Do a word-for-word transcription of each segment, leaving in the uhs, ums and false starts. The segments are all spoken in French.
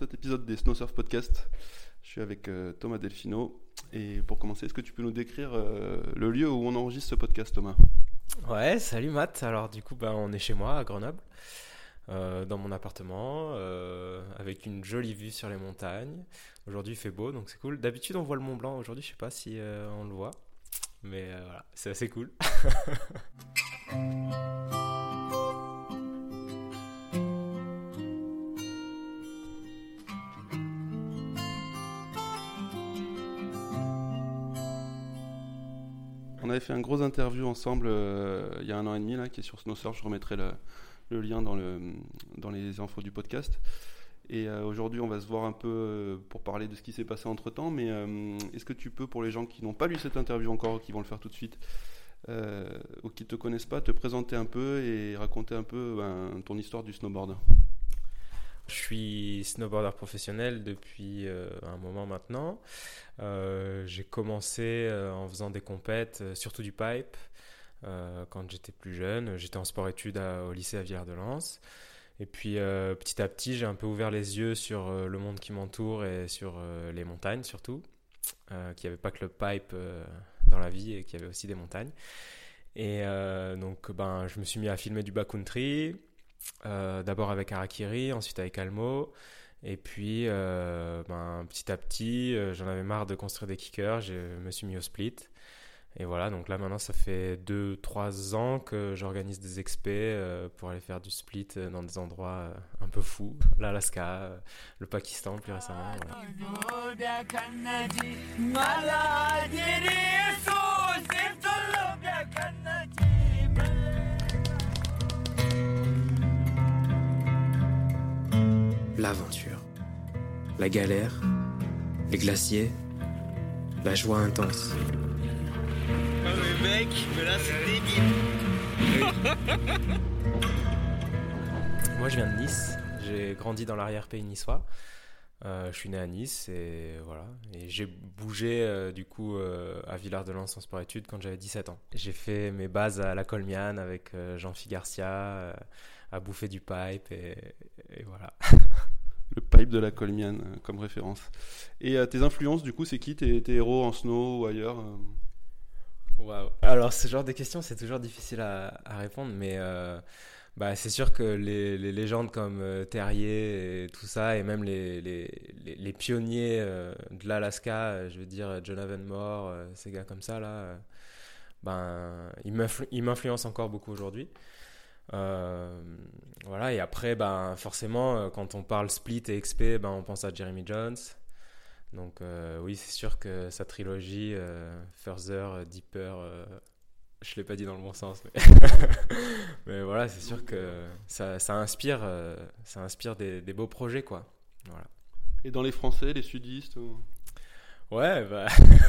cet épisode des Snow Surf Podcast. Je suis avec euh, Thomas Delfino. Et pour commencer, est-ce que tu peux nous décrire euh, le lieu où on enregistre ce podcast, Thomas ? Ouais, salut Matt. Alors du coup, bah, on est chez moi à Grenoble, euh, dans mon appartement, euh, avec une jolie vue sur les montagnes. Aujourd'hui, il fait beau, donc c'est cool. D'habitude, on voit le Mont Blanc. Aujourd'hui, je sais pas si euh, on le voit, mais euh, voilà, c'est assez cool. On avait fait un gros interview ensemble euh, il y a un an et demi là, qui est sur Snow Surf. Je remettrai le, le lien dans, le, dans les infos du podcast. Et euh, aujourd'hui, on va se voir un peu euh, pour parler de ce qui s'est passé entre-temps. Mais euh, est-ce que tu peux, pour les gens qui n'ont pas lu cette interview encore, qui vont le faire tout de suite, euh, ou qui ne te connaissent pas, te présenter un peu et raconter un peu ben, ton histoire du snowboard ? Je suis snowboarder professionnel depuis euh, un moment maintenant. Euh, j'ai commencé euh, en faisant des compètes, euh, surtout du pipe, euh, quand j'étais plus jeune. J'étais en sport-études à- au lycée à Villard-de-Lans. Et puis euh, petit à petit, j'ai un peu ouvert les yeux sur euh, le monde qui m'entoure et sur euh, les montagnes surtout. Euh, qu'il n'y avait pas que le pipe euh, dans la vie et qu'il y avait aussi des montagnes. Et euh, donc ben, je me suis mis à filmer du backcountry. Euh, d'abord avec Harakiri, ensuite avec Almo, et puis euh, ben, petit à petit, euh, j'en avais marre de construire des kickers, je me suis mis au split. Et voilà, donc là maintenant ça fait deux trois ans que j'organise des expés euh, pour aller faire du split euh, dans des endroits euh, un peu fous, l'Alaska, euh, le Pakistan plus récemment. Voilà. L'aventure, la galère, les glaciers, la joie intense. Oh mais mec, mais là c'est débile. Moi je viens de Nice, j'ai grandi dans l'arrière-pays niçois. Euh, je suis né à Nice et voilà. Et j'ai bougé euh, du coup euh, à Villard-de-Lans en sport-études quand j'avais dix-sept ans. J'ai fait mes bases à la Colmiane avec euh, Jean-Philippe Garcia, euh, à bouffer du pipe et, et voilà. Le pipe de la Colmiane euh, comme référence. Et euh, tes influences, du coup, c'est qui tes, tes héros en snow ou ailleurs euh Waouh. Alors ce genre de questions, c'est toujours difficile à, à répondre, mais euh, bah, c'est sûr que les, les légendes comme euh, Terrier et tout ça, et même les, les, les, les pionniers euh, de l'Alaska, euh, je veux dire John Avonmore, euh, ces gars comme ça, là, euh, ben, ils, m'influ- ils m'influencent encore beaucoup aujourd'hui. Euh, voilà, et après, ben, forcément, euh, quand on parle split et X P, ben, on pense à Jeremy Jones. Donc euh, oui, c'est sûr que sa trilogie, euh, Further, Deeper, euh, je ne l'ai pas dit dans le bon sens, mais, mais voilà, c'est sûr que ça, ça inspire, euh, ça inspire des, des beaux projets, quoi. Voilà. Et dans les Français, les sudistes ou... Ouais, bah,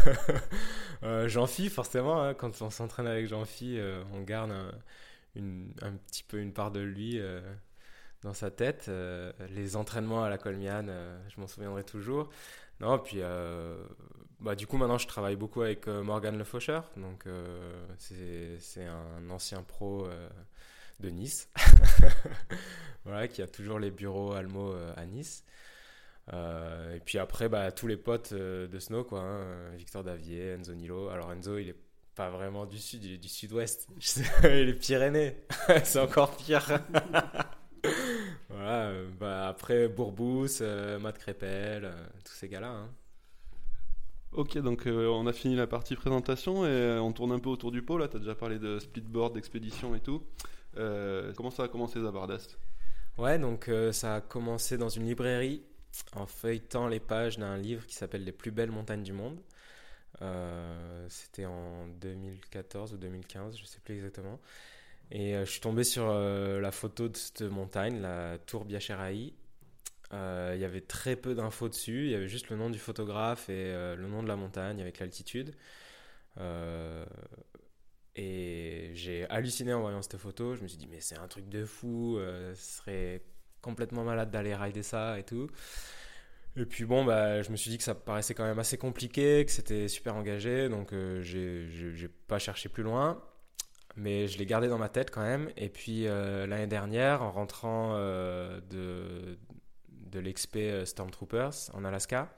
euh, Jean-Phi, forcément, hein, quand on s'entraîne avec Jean-Phi, euh, on garde un, une, un petit peu une part de lui euh, dans sa tête. Euh, les entraînements à la Colmiane, euh, je m'en souviendrai toujours. Non, puis euh, bah, du coup, maintenant, je travaille beaucoup avec euh, Morgan Le Faucheur. Donc, euh, c'est, c'est un ancien pro euh, de Nice. Voilà, qui a toujours les bureaux Almo euh, à Nice. Euh, et puis après, bah, tous les potes euh, de Snow, quoi, hein, Victor Davier, Enzo Nilo. Alors, Enzo, il est pas vraiment du sud, il est du sud-ouest. Il est Pyrénées. C'est encore pire. Voilà, euh, bah, après Bourbous, euh, Matt Crépel, euh, tous ces gars-là. Hein. Ok, donc euh, on a fini la partie présentation et euh, on tourne un peu autour du pot. Là, tu as déjà parlé de splitboard, d'expédition et tout. Euh, comment ça a commencé Zabardast ? Ouais, donc euh, ça a commencé dans une librairie en feuilletant les pages d'un livre qui s'appelle Les plus belles montagnes du monde. Euh, c'était en deux mille quatorze ou deux mille quinze, je sais plus exactement. Et euh, je suis tombé sur euh, la photo de cette montagne, la Tour Biacheraï. Euh, il y avait très peu d'infos dessus, il y avait juste le nom du photographe et euh, le nom de la montagne avec l'altitude. Euh, et j'ai halluciné en voyant cette photo. Je me suis dit, mais c'est un truc de fou, euh, ce serait complètement malade d'aller rider ça et tout. Et puis bon, bah, je me suis dit que ça paraissait quand même assez compliqué, que c'était super engagé, donc euh, j'ai, j'ai, j'ai pas cherché plus loin. Mais je l'ai gardé dans ma tête quand même. Et puis euh, l'année dernière, en rentrant euh, de, de l'expé Stormtroopers en Alaska.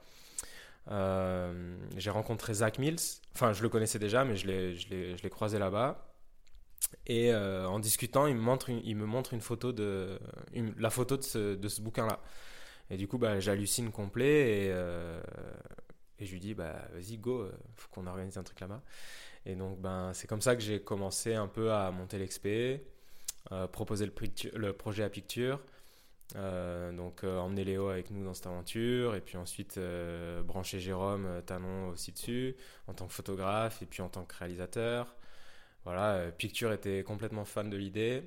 Euh, j'ai rencontré Zach Mills, enfin je le connaissais déjà mais je l'ai, je l'ai, je l'ai croisé là-bas et euh, en discutant il me montre une, il me montre une photo de, une, la photo de ce, de ce bouquin-là et du coup bah, j'hallucine complet et, euh, et je lui dis bah, vas-y go, faut qu'on organise un truc là-bas et donc ben, c'est comme ça que j'ai commencé un peu à monter l'expé, euh, proposer le, picture, le projet à Picture. Euh, donc euh, emmener Léo avec nous dans cette aventure et puis ensuite euh, brancher Jérôme euh, Tanon aussi dessus en tant que photographe et puis en tant que réalisateur. Voilà, euh, Picture était complètement fan de l'idée,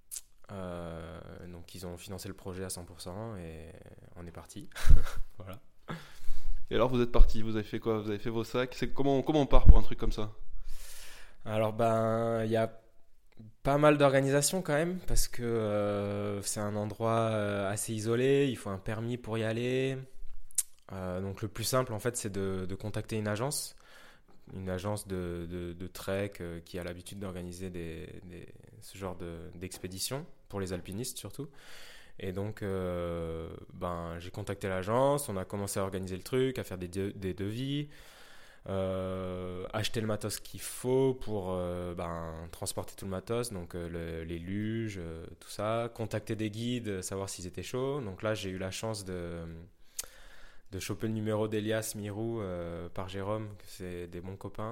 euh, donc ils ont financé le projet à cent pour cent et on est parti. Voilà. Et alors vous êtes parti, vous avez fait quoi? Vous avez fait vos sacs? C'est comment, comment on part pour un truc comme ça? Alors ben il y a pas mal d'organisation quand même parce que euh, c'est un endroit euh, assez isolé, il faut un permis pour y aller. Euh, donc le plus simple en fait c'est de, de contacter une agence, une agence de, de, de trek euh, qui a l'habitude d'organiser des, des, ce genre de, d'expéditions pour les alpinistes surtout. Et donc euh, ben, j'ai contacté l'agence, on a commencé à organiser le truc, à faire des, de, des devis. Euh, acheter le matos qu'il faut pour euh, ben, transporter tout le matos, donc euh, le, les luges, euh, tout ça, contacter des guides, savoir s'ils étaient chauds. Donc là j'ai eu la chance de, de choper le numéro d'Elias Mirou euh, par Jérôme, que c'est des bons copains,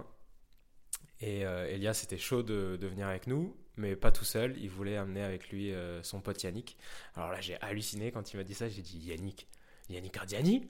et euh, Elias était chaud de, de venir avec nous, mais pas tout seul, il voulait amener avec lui euh, son pote Yannick. Alors là j'ai halluciné quand il m'a dit ça, j'ai dit Yannick Yannick Ardiani.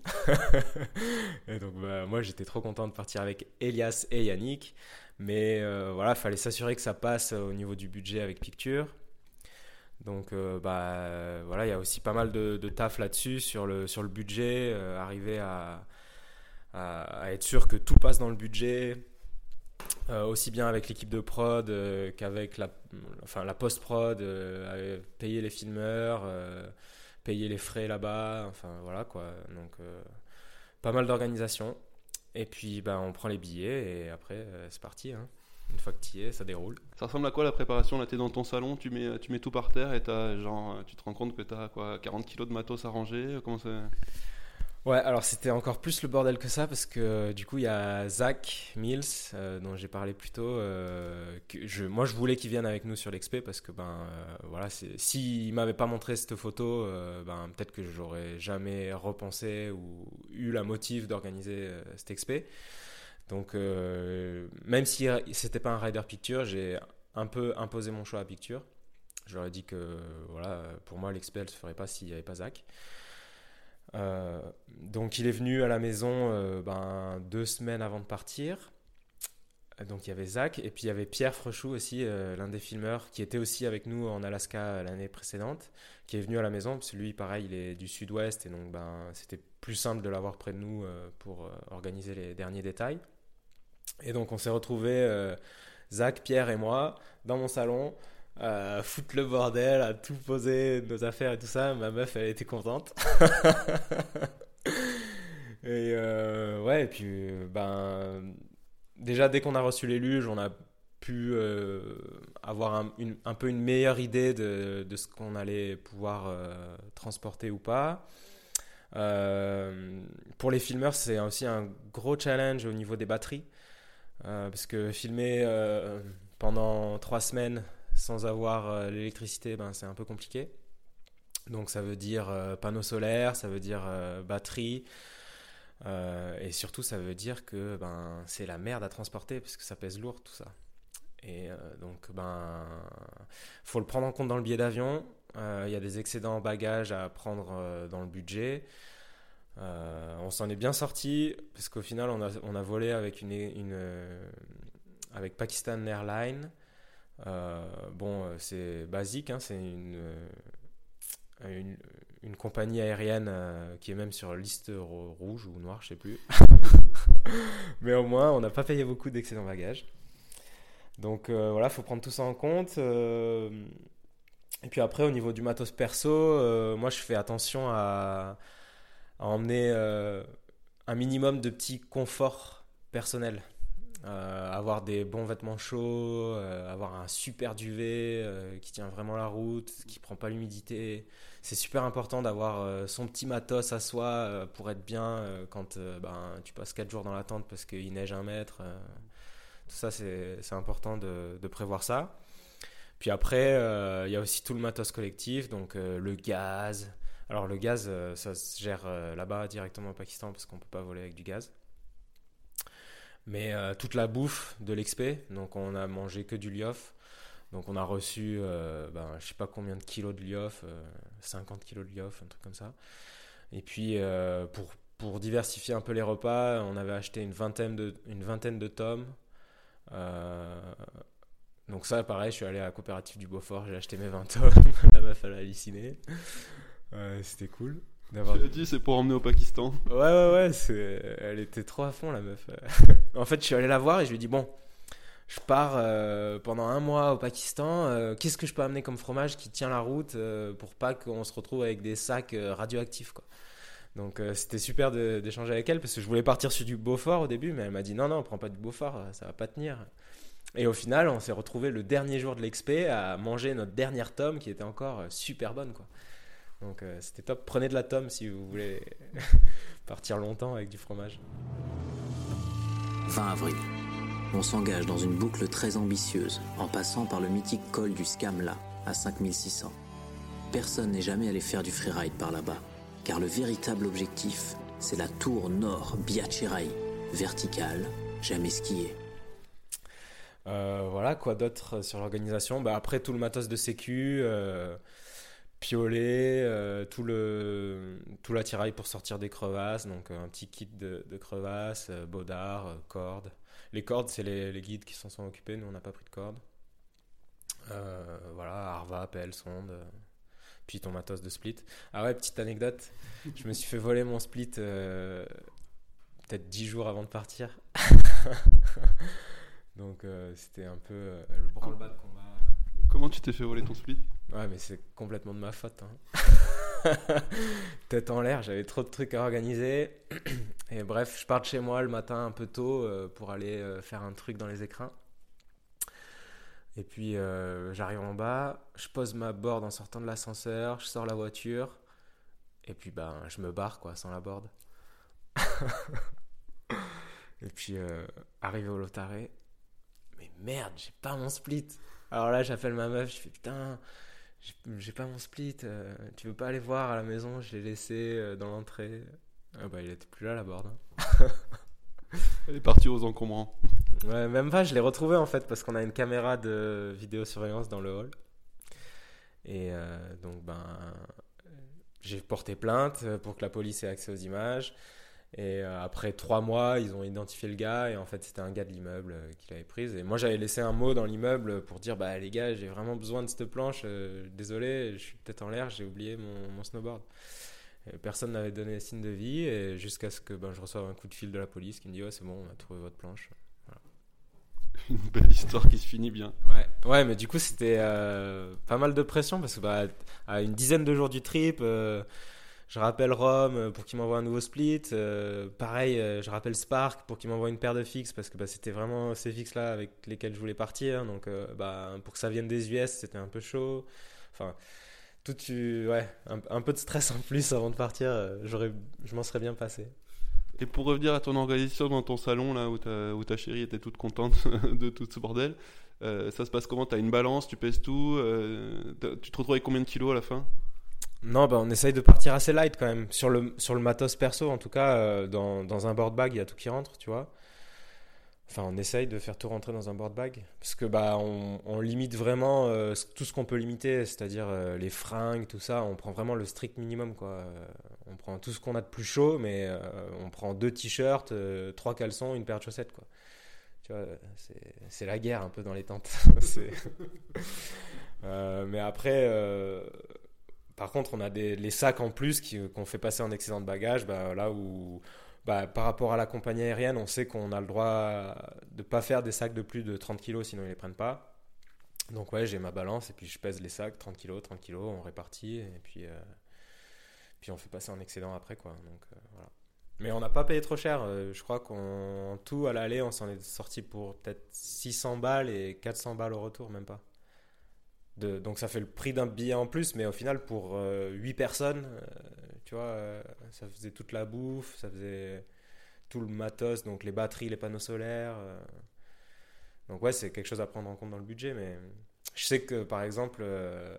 Et donc bah, moi j'étais trop content de partir avec Elias et Yannick, mais euh, voilà, fallait s'assurer que ça passe au niveau du budget avec Picture. Donc euh, bah voilà, il y a aussi pas mal de, de taf là-dessus sur le sur le budget, euh, arriver à, à à être sûr que tout passe dans le budget, euh, aussi bien avec l'équipe de prod euh, qu'avec la enfin la post-prod, euh, payer les filmeurs, euh, payer les frais là-bas, enfin voilà quoi. Donc euh, pas mal d'organisation. Et puis bah, on prend les billets et après euh, c'est parti. Hein. Une fois que tu y es, ça déroule. Ça ressemble à quoi la préparation? Là, t'es dans ton salon, tu mets, tu mets tout par terre et t'as, genre, tu te rends compte que t'as quoi, quarante kilos de matos à ranger? Comment c'est? Ouais, alors c'était encore plus le bordel que ça parce que euh, du coup il y a Zach Mills euh, dont j'ai parlé plus tôt. Euh, que je, moi je voulais qu'il vienne avec nous sur l'expé parce que ben euh, voilà, c'est, s'il m'avait pas montré cette photo, euh, ben peut-être que j'aurais jamais repensé ou eu la motive d'organiser euh, cette expé. Donc euh, même si c'était pas un rider Picture, j'ai un peu imposé mon choix à Picture. Je leur ai dit que voilà, pour moi l'expé elle se ferait pas s'il y avait pas Zach. Euh, donc il est venu à la maison euh, ben, deux semaines avant de partir. Donc il y avait Zach et puis il y avait Pierre Frechou aussi, euh, l'un des filmeurs qui était aussi avec nous en Alaska l'année précédente, qui est venu à la maison parce que lui pareil il est du sud-ouest et donc ben, c'était plus simple de l'avoir près de nous euh, pour euh, organiser les derniers détails. Et donc on s'est retrouvés, euh, Zach, Pierre et moi dans mon salon, Euh, foutre le bordel, à tout poser, nos affaires et tout ça. Ma meuf elle était contente. Et euh, ouais, et puis ben déjà dès qu'on a reçu les luges, on a pu euh, avoir un, une, un peu une meilleure idée de, de ce qu'on allait pouvoir euh, transporter ou pas. Euh, pour les filmeurs, c'est aussi un gros challenge au niveau des batteries euh, parce que filmer euh, pendant trois semaines sans avoir euh, l'électricité, ben, c'est un peu compliqué. Donc ça veut dire euh, panneau solaire, ça veut dire euh, batterie, euh, et surtout ça veut dire que ben, c'est la merde à transporter parce que ça pèse lourd tout ça. Et euh, donc ben faut le prendre en compte dans le billet d'avion. Il euh, y a des excédents en bagages à prendre euh, dans le budget. Euh, on s'en est bien sorti parce qu'au final on a, on a volé avec une, une euh, avec Pakistan Airlines. Euh, bon, c'est basique, hein, c'est une, euh, une, une compagnie aérienne euh, qui est même sur liste rouge ou noire, je sais plus. Mais au moins, on n'a pas payé beaucoup d'excédent bagages. Donc euh, voilà, il faut prendre tout ça en compte. Euh, et puis après, au niveau du matos perso, euh, moi je fais attention à, à emmener euh, un minimum de petits conforts personnels. euh, avoir des bons vêtements chauds, euh, avoir un super duvet euh, qui tient vraiment la route, qui prend pas l'humidité. C'est super important d'avoir euh, son petit matos à soi euh, pour être bien euh, quand euh, ben, tu passes quatre jours dans la tente parce qu'il neige un mètre. Euh, tout ça, c'est, c'est important de, de prévoir ça. Puis après, il euh, y a aussi tout le matos collectif, donc euh, le gaz. Alors le gaz, euh, ça se gère euh, là-bas directement au Pakistan parce qu'on peut pas voler avec du gaz. Mais euh, toute la bouffe de l'expé, donc on a mangé que du liof. Donc on a reçu, euh, ben, je sais pas combien de kilos de liof, euh, cinquante kilos de liof, un truc comme ça. Et puis euh, pour, pour diversifier un peu les repas, on avait acheté une vingtaine de, une vingtaine de tomes. Euh, donc ça, pareil, je suis allé à la coopérative du Beaufort, j'ai acheté mes vingt tomes. La meuf, elle a halluciné. Euh, c'était cool. Tu l'as dit, c'est pour emmener au Pakistan. Ouais, ouais, ouais, c'est... elle était trop à fond, la meuf. En fait, je suis allé la voir et je lui ai dit, bon, je pars euh, pendant un mois au Pakistan, euh, qu'est-ce que je peux amener comme fromage qui tient la route euh, pour pas qu'on se retrouve avec des sacs euh, radioactifs, quoi. Donc euh, c'était super de, d'échanger avec elle parce que je voulais partir sur du Beaufort au début, mais elle m'a dit, non, non, prends pas du Beaufort, ça va pas tenir. Et au final, on s'est retrouvé le dernier jour de l'expé à manger notre dernière tome qui était encore euh, super bonne, quoi. Donc euh, c'était top. Prenez de la tome si vous voulez partir longtemps avec du fromage. vingt avril. On s'engage dans une boucle très ambitieuse en passant par le mythique col du Skamla à cinq mille six cents. Personne n'est jamais allé faire du freeride par là-bas, car le véritable objectif, c'est la tour nord Biacherai, verticale, jamais skiée. Euh, voilà, quoi d'autre sur l'organisation ? Bah, après tout le matos de sécu, euh, piolet, euh, tout, le, tout l'attirail pour sortir des crevasses, donc euh, un petit kit de, de crevasses, euh, baudard, euh, cordes. Les cordes, c'est les, les guides qui s'en sont occupés, nous on n'a pas pris de cordes. Euh, voilà, Arva, pelle, sonde, euh, puis ton matos de split. Ah ouais, petite anecdote, je me suis fait voler mon split euh, peut-être dix jours avant de partir. Donc euh, c'était un peu euh, le branle-bas de combat. Comment tu t'es fait voler ton split ? Ouais, mais c'est complètement de ma faute. Hein. Tête en l'air, j'avais trop de trucs à organiser. Et bref, je pars de chez moi le matin un peu tôt euh, pour aller euh, faire un truc dans les écrins. Et puis euh, j'arrive en bas, je pose ma board en sortant de l'ascenseur, je sors la voiture. Et puis ben, je me barre quoi, sans la board. Et puis euh, arrivé au Lotaré, mais merde, j'ai pas mon split. Alors là, j'appelle ma meuf, je fais putain, j'ai, j'ai pas mon split. Euh, tu veux pas aller voir à la maison ? Je l'ai laissé euh, dans l'entrée. Ah bah, il était plus là, la board. Hein. Elle est partie aux encombrants. Ouais, même pas, je l'ai retrouvé en fait parce qu'on a une caméra de vidéosurveillance dans le hall. Et euh, donc, ben, j'ai porté plainte pour que la police ait accès aux images. Et euh, après trois mois, ils ont identifié le gars et en fait, c'était un gars de l'immeuble euh, qui l'avait prise. Et moi, j'avais laissé un mot dans l'immeuble pour dire bah les gars, j'ai vraiment besoin de cette planche. Euh, désolé, je suis peut-être en l'air, j'ai oublié mon, mon snowboard. Et personne n'avait donné signe de vie et jusqu'à ce que ben, je reçoive un coup de fil de la police qui me dit ouais, c'est bon, on a trouvé votre planche. Voilà. Une belle histoire qui se finit bien. Ouais, ouais, mais du coup, c'était euh, pas mal de pression parce que bah, à une dizaine de jours du trip. Euh, Je rappelle Rome pour qu'il m'envoie un nouveau split. Euh, pareil, euh, je rappelle Spark pour qu'il m'envoie une paire de fixes parce que bah, c'était vraiment ces fixes-là avec lesquels je voulais partir. Donc, euh, bah, pour que ça vienne des U S, c'était un peu chaud. Enfin, tout, tu, ouais, un, un peu de stress en plus avant de partir. Euh, j'aurais, je m'en serais bien passé. Et pour revenir à ton organisation dans ton salon, là où ta, où ta chérie était toute contente de tout ce bordel, euh, ça se passe comment ? T'as une balance, tu pèses tout, euh, tu te retrouves avec combien de kilos à la fin ? Non, bah on essaye de partir assez light quand même. Sur le, sur le matos perso, en tout cas, euh, dans, dans un board bag, il y a tout qui rentre, tu vois. Enfin, on essaye de faire tout rentrer dans un board bag. Parce que bah, on, on limite vraiment euh, tout ce qu'on peut limiter, c'est-à-dire euh, les fringues, tout ça. On prend vraiment le strict minimum, quoi. Euh, on prend tout ce qu'on a de plus chaud, mais euh, on prend deux t-shirts, euh, trois caleçons, une paire de chaussettes, quoi. Tu vois, c'est, c'est la guerre un peu dans les tentes. c'est... euh, mais après... Euh, Par contre, on a des, les sacs en plus qui, qu'on fait passer en excédent de bagages, bah, là où, bah, par rapport à la compagnie aérienne, on sait qu'on a le droit de ne pas faire des sacs de plus de trente kilos, sinon ils ne les prennent pas. Donc ouais, j'ai ma balance et puis je pèse les sacs, trente kilos, trente kilos, on répartit et puis, euh, puis on fait passer en excédent après, quoi. Donc, euh, voilà. Mais on n'a pas payé trop cher. Euh, je crois qu'en tout, à l'aller, on s'en est sorti pour peut-être six cents balles et quatre cents balles au retour, même pas. De, donc ça fait le prix d'un billet en plus, mais au final, pour euh, huit personnes, euh, tu vois, euh, ça faisait toute la bouffe, ça faisait tout le matos, donc les batteries, les panneaux solaires. Euh. Donc ouais, c'est quelque chose à prendre en compte dans le budget, mais je sais que par exemple, euh,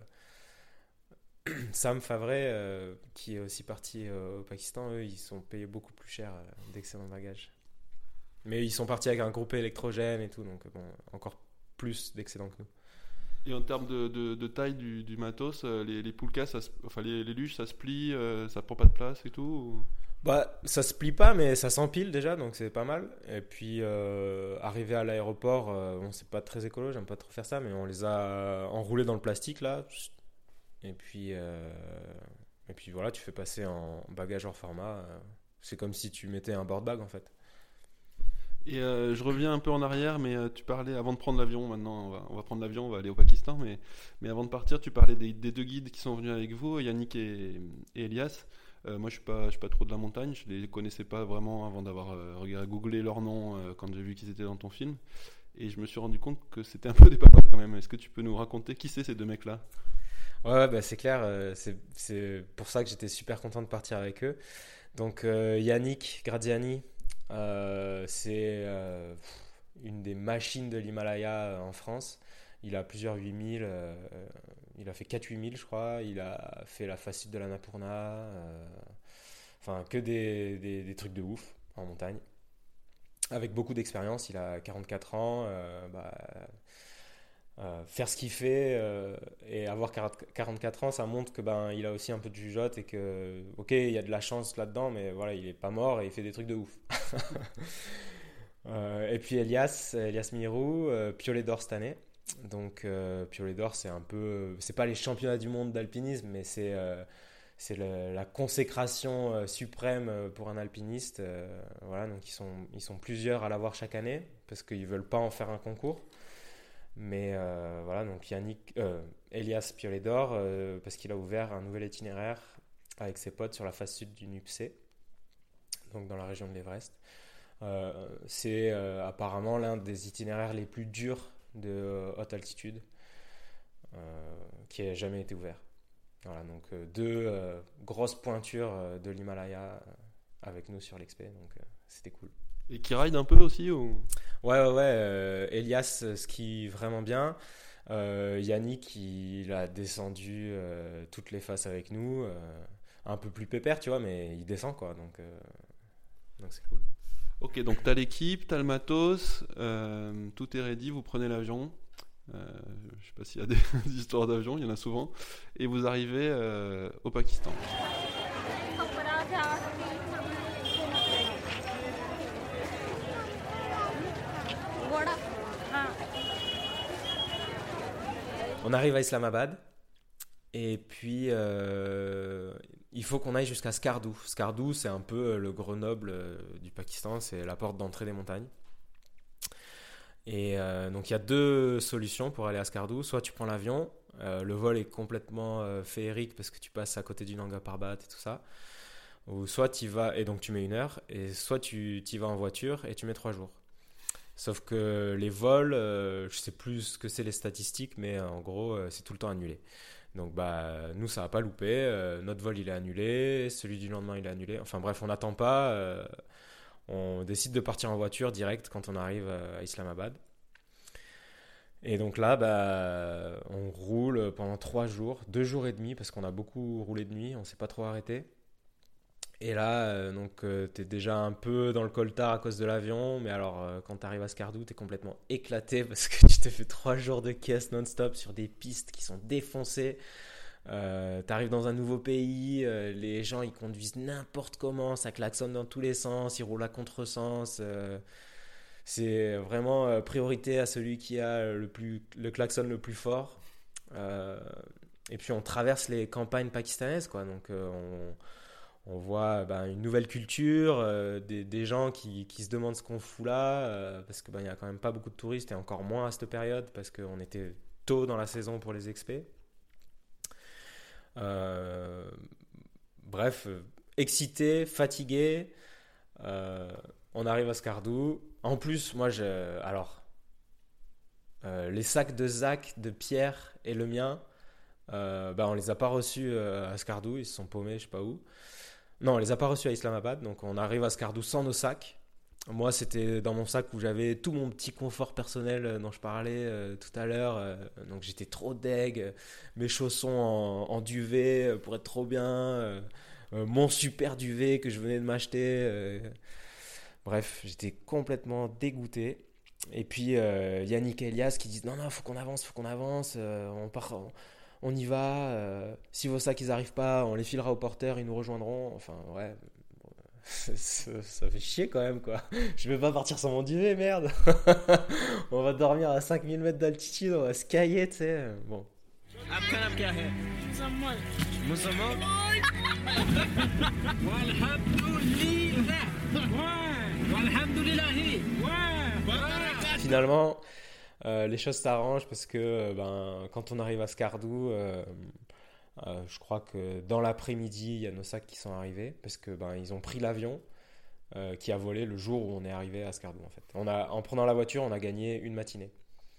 Sam Favret, euh, qui est aussi parti euh, au Pakistan, eux, ils sont payés beaucoup plus cher euh, d'excellents bagages. Mais ils sont partis avec un groupe électrogène et tout, donc bon, encore plus d'excellents que nous. Et en termes de, de, de taille du, du matos, euh, les, les poulkas, ça se- enfin les, les luges, ça se plie, euh, ça prend pas de place et tout ou- Bah, ça se plie pas, mais ça s'empile déjà, donc c'est pas mal. Et puis, euh, arrivé à l'aéroport, euh, bon, c'est pas très écolo, j'aime pas trop faire ça, mais on les a enroulés dans le plastique là. Et puis, euh, et puis voilà, tu fais passer en bagage hors format. euh, C'est comme si tu mettais un board bag en fait. Et euh, je reviens un peu en arrière, mais euh, tu parlais, avant de prendre l'avion, maintenant on va, on va prendre l'avion, on va aller au Pakistan, mais, mais avant de partir, tu parlais des, des deux guides qui sont venus avec vous, Yannick et, et Elias. Euh, moi je suis pas, je suis pas trop de la montagne, je les connaissais pas vraiment avant d'avoir euh, regardé, googlé leur nom euh, quand j'ai vu qu'ils étaient dans ton film. Et je me suis rendu compte que c'était un peu des papas quand même. Est-ce que tu peux nous raconter qui c'est ces deux mecs-là? Ouais, ouais, bah, c'est clair, euh, c'est, c'est pour ça que j'étais super content de partir avec eux. Donc, euh, Yannick Graziani, euh, c'est euh, pff, une des machines de l'Himalaya euh, en France. Il a plusieurs huit mille, euh, il a fait quatre huit mille, je crois. Il a fait la facette de l'Annapurna, euh, enfin, que des, des, des trucs de ouf en montagne. Avec beaucoup d'expérience, il a quarante-quatre ans. euh, bah, euh, faire ce qu'il fait euh, et avoir quarante-quatre ans, ça montre que ben il a aussi un peu de jugeote et que ok, il y a de la chance là-dedans, mais voilà, il est pas mort et il fait des trucs de ouf. Euh, et puis Elias, Elias Mirou, euh, Piolet d'or cette année. Donc euh, Piolet d'or, c'est un peu, c'est pas les championnats du monde d'alpinisme, mais c'est euh, c'est le- la consécration euh, suprême euh, pour un alpiniste. Euh, voilà, donc ils sont ils sont plusieurs à l'avoir chaque année parce qu'ils veulent pas en faire un concours. Mais euh, voilà, donc Yannick, euh, Elias Piolet d'or, euh, parce qu'il a ouvert un nouvel itinéraire avec ses potes sur la face sud du Nupsé, donc dans la région de l'Everest. Euh, c'est euh, apparemment l'un des itinéraires les plus durs de euh, haute altitude euh, qui ait jamais été ouvert. Voilà, donc euh, deux euh, grosses pointures euh, de l'Himalaya euh, avec nous sur l'expé, donc euh, c'était cool. Et qui ride un peu aussi ou... Ouais, ouais, ouais. euh, Elias euh, skie vraiment bien. Euh, Yannick, il a descendu euh, toutes les faces avec nous. euh, un peu plus pépère, tu vois, mais il descend, quoi. Donc, euh, donc c'est cool. Ok, donc t'as l'équipe, t'as le matos, euh, tout est ready, vous prenez l'avion. Euh, je sais pas s'il y a des histoires d'avion, il y en a souvent. Et vous arrivez euh, au Pakistan. On arrive à Islamabad. Et puis, euh, il faut qu'on aille jusqu'à Skardou. Skardou, c'est un peu le Grenoble euh, du Pakistan. C'est la porte d'entrée des montagnes. Et euh, donc, il y a deux solutions pour aller à Skardou. Soit tu prends l'avion. Euh, le vol est complètement euh, féerique parce que tu passes à côté du Nanga Parbat et tout ça. Ou soit tu vas, et donc tu mets une heure. Et soit tu y vas en voiture et tu mets trois jours. Sauf que les vols, euh, je sais plus ce que c'est les statistiques, mais euh, en gros, euh, c'est tout le temps annulé. Donc bah nous ça va pas loupé, euh, notre vol il est annulé, celui du lendemain il est annulé. Enfin bref, on n'attend pas, euh, on décide de partir en voiture direct quand on arrive à Islamabad. Et donc là bah on roule pendant trois jours, deux jours et demi parce qu'on a beaucoup roulé de nuit, on s'est pas trop arrêté. Et là, euh, donc, euh, t'es déjà un peu dans le coltard à cause de l'avion, mais alors, euh, quand t'arrives à Skardou, t'es complètement éclaté parce que tu t'es fait trois jours de caisse non-stop sur des pistes qui sont défoncées. Euh, t'arrives dans un nouveau pays, euh, les gens ils conduisent n'importe comment, ça klaxonne dans tous les sens, ils roulent à contresens. Euh, c'est vraiment euh, priorité à celui qui a le, plus, le klaxon le plus fort. Euh, et puis on traverse les campagnes pakistanaises, quoi, donc euh, on. On voit ben, une nouvelle culture, euh, des, des gens qui, qui se demandent ce qu'on fout là, euh, parce qu'il ben, n'y a quand même pas beaucoup de touristes, et encore moins à cette période, parce qu'on était tôt dans la saison pour les expés. Euh, bref, euh, excité, fatigué, Euh, on arrive à Skardou. En plus, moi, je, alors, euh, les sacs de Zach, de Pierre et le mien, euh, bah, on les a pas reçus euh, à Skardou. Ils se sont paumés, je sais pas où. Non, on les a pas reçus à Islamabad. Donc, on arrive à Skardou sans nos sacs. Moi, c'était dans mon sac où j'avais tout mon petit confort personnel dont je parlais euh, tout à l'heure. Euh, donc, j'étais trop deg. Mes chaussons en, en duvet pour être trop bien. Euh, euh, mon super duvet que je venais de m'acheter. Euh, bref, j'étais complètement dégoûté. Et puis, euh, Yannick et Elias qui disent non, non, faut qu'on avance, faut qu'on avance. Euh, on part, on, on y va. Euh, si vos sacs, ils n'arrivent pas, on les filera aux porteurs, ils nous rejoindront. Enfin, ouais. Ça, ça fait chier quand même quoi. Je vais pas partir sans mon duvet, merde. On va dormir à cinq mille mètres d'altitude, on va se cailler, tu sais. Bon. Finalement, euh, les choses s'arrangent parce que ben, quand on arrive à Skardou, euh, Euh, je crois que dans l'après-midi, il y a nos sacs qui sont arrivés parce que ben ils ont pris l'avion euh, qui a volé le jour où on est arrivé à Skardou en fait. On a, en prenant la voiture, on a gagné une matinée.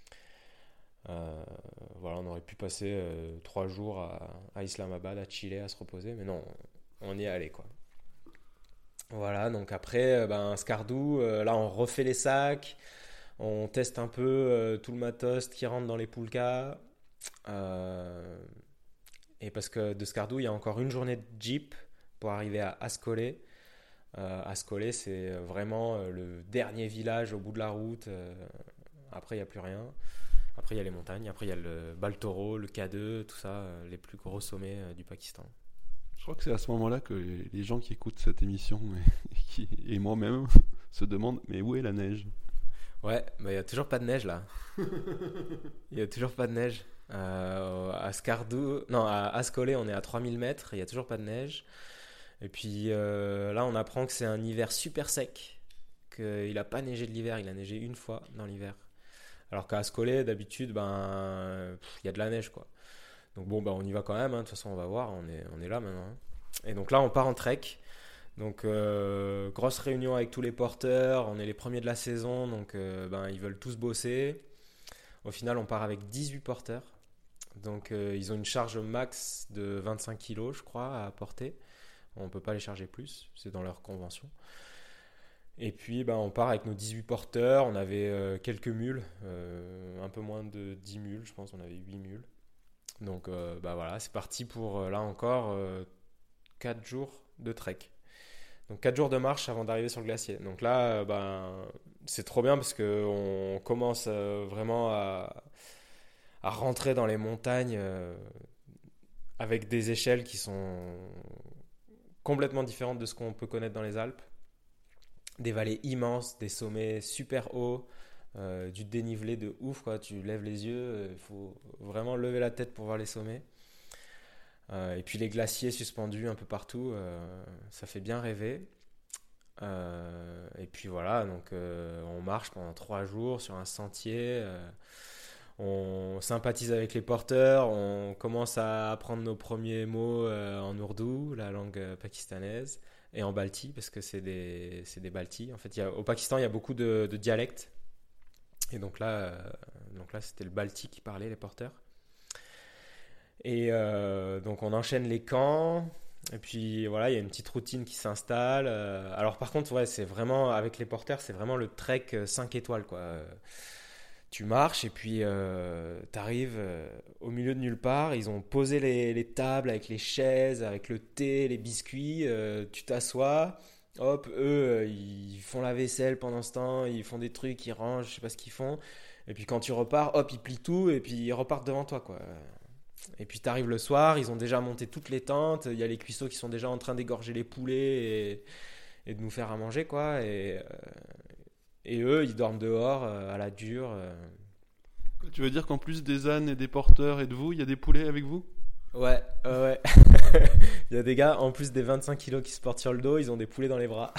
Euh, voilà, on aurait pu passer euh, trois jours à, à Islamabad, à chiller, à se reposer, mais non, on y est allé quoi. Voilà, donc après, ben Skardou, euh, là on refait les sacs, on teste un peu euh, tout le matos qui rentre dans les poulkas. Euh, Et parce que de Skardou, il y a encore une journée de jeep pour arriver à Ascolé. Euh, Ascolé, c'est vraiment le dernier village au bout de la route. Euh, après, il n'y a plus rien. Après, il y a les montagnes. Après, il y a le Baltoro, le K deux, tout ça, les plus gros sommets du Pakistan. Je crois que c'est à ce moment-là que les gens qui écoutent cette émission et, qui, et moi-même se demandent mais où est la neige ? Ouais, bah, il n'y a toujours pas de neige là. Il n'y a toujours pas de neige. Euh, à Skardou, non, à Ascolé, on est à trois mille mètres, il n'y a toujours pas de neige. Et puis euh, là, on apprend que c'est un hiver super sec, qu'il n'a pas neigé de l'hiver, il a neigé une fois dans l'hiver. Alors qu'à Ascolé, d'habitude, ben, il y a de la neige, quoi. Donc bon, ben, on y va quand même, hein. De toute façon, on va voir, on est, on est là maintenant. Et donc là, on part en trek. Donc, euh, grosse réunion avec tous les porteurs, on est les premiers de la saison, donc euh, ben, ils veulent tous bosser. Au final, on part avec dix-huit porteurs. Donc, euh, ils ont une charge max de vingt-cinq kilos, je crois, à porter. On ne peut pas les charger plus, c'est dans leur convention. Et puis, ben, on part avec nos dix-huit porteurs. On avait euh, quelques mules, euh, un peu moins de dix mules, je pense, on avait huit mules. Donc, euh, ben, voilà, c'est parti pour, euh, là encore, euh, quatre jours de trek. Donc quatre jours de marche avant d'arriver sur le glacier. Donc là, euh, ben, c'est trop bien parce qu'on commence euh, vraiment à, à rentrer dans les montagnes euh, avec des échelles qui sont complètement différentes de ce qu'on peut connaître dans les Alpes. Des vallées immenses, des sommets super hauts, euh, du dénivelé de ouf, quoi. Tu lèves les yeux, il euh, faut vraiment lever la tête pour voir les sommets. Euh, et puis les glaciers suspendus un peu partout, euh, ça fait bien rêver. Euh, et puis voilà, donc euh, on marche pendant trois jours sur un sentier. Euh, on sympathise avec les porteurs, on commence à apprendre nos premiers mots euh, en ourdou, la langue pakistanaise, et en balti parce que c'est des c'est des baltis. En fait, il y a, au Pakistan, il y a beaucoup de, de dialectes. Et donc là, euh, donc là, c'était le balti qui parlait, les porteurs. Et euh, donc on enchaîne les camps et puis voilà, il y a une petite routine qui s'installe. Euh, alors par contre, ouais, c'est vraiment avec les porteurs, c'est vraiment le trek cinq étoiles quoi. Euh, tu marches et puis euh, tu arrives euh, au milieu de nulle part. Ils ont posé les, les tables avec les chaises, avec le thé, les biscuits. Euh, tu t'assois. Hop, eux, euh, ils font la vaisselle pendant ce temps, ils font des trucs, ils rangent, je sais pas ce qu'ils font. Et puis quand tu repars, hop, ils plient tout et puis ils repartent devant toi quoi. Et puis tu arrives le soir, ils ont déjà monté toutes les tentes, il y a les cuisseaux qui sont déjà en train d'égorger les poulets et, et de nous faire à manger quoi. Et, euh, et eux, ils dorment dehors euh, à la dure. Euh. Tu veux dire qu'en plus des ânes et des porteurs et de vous, il y a des poulets avec vous ? Ouais, euh, ouais. Il y a des gars, en plus des vingt-cinq kilos qui se portent sur le dos, ils ont des poulets dans les bras.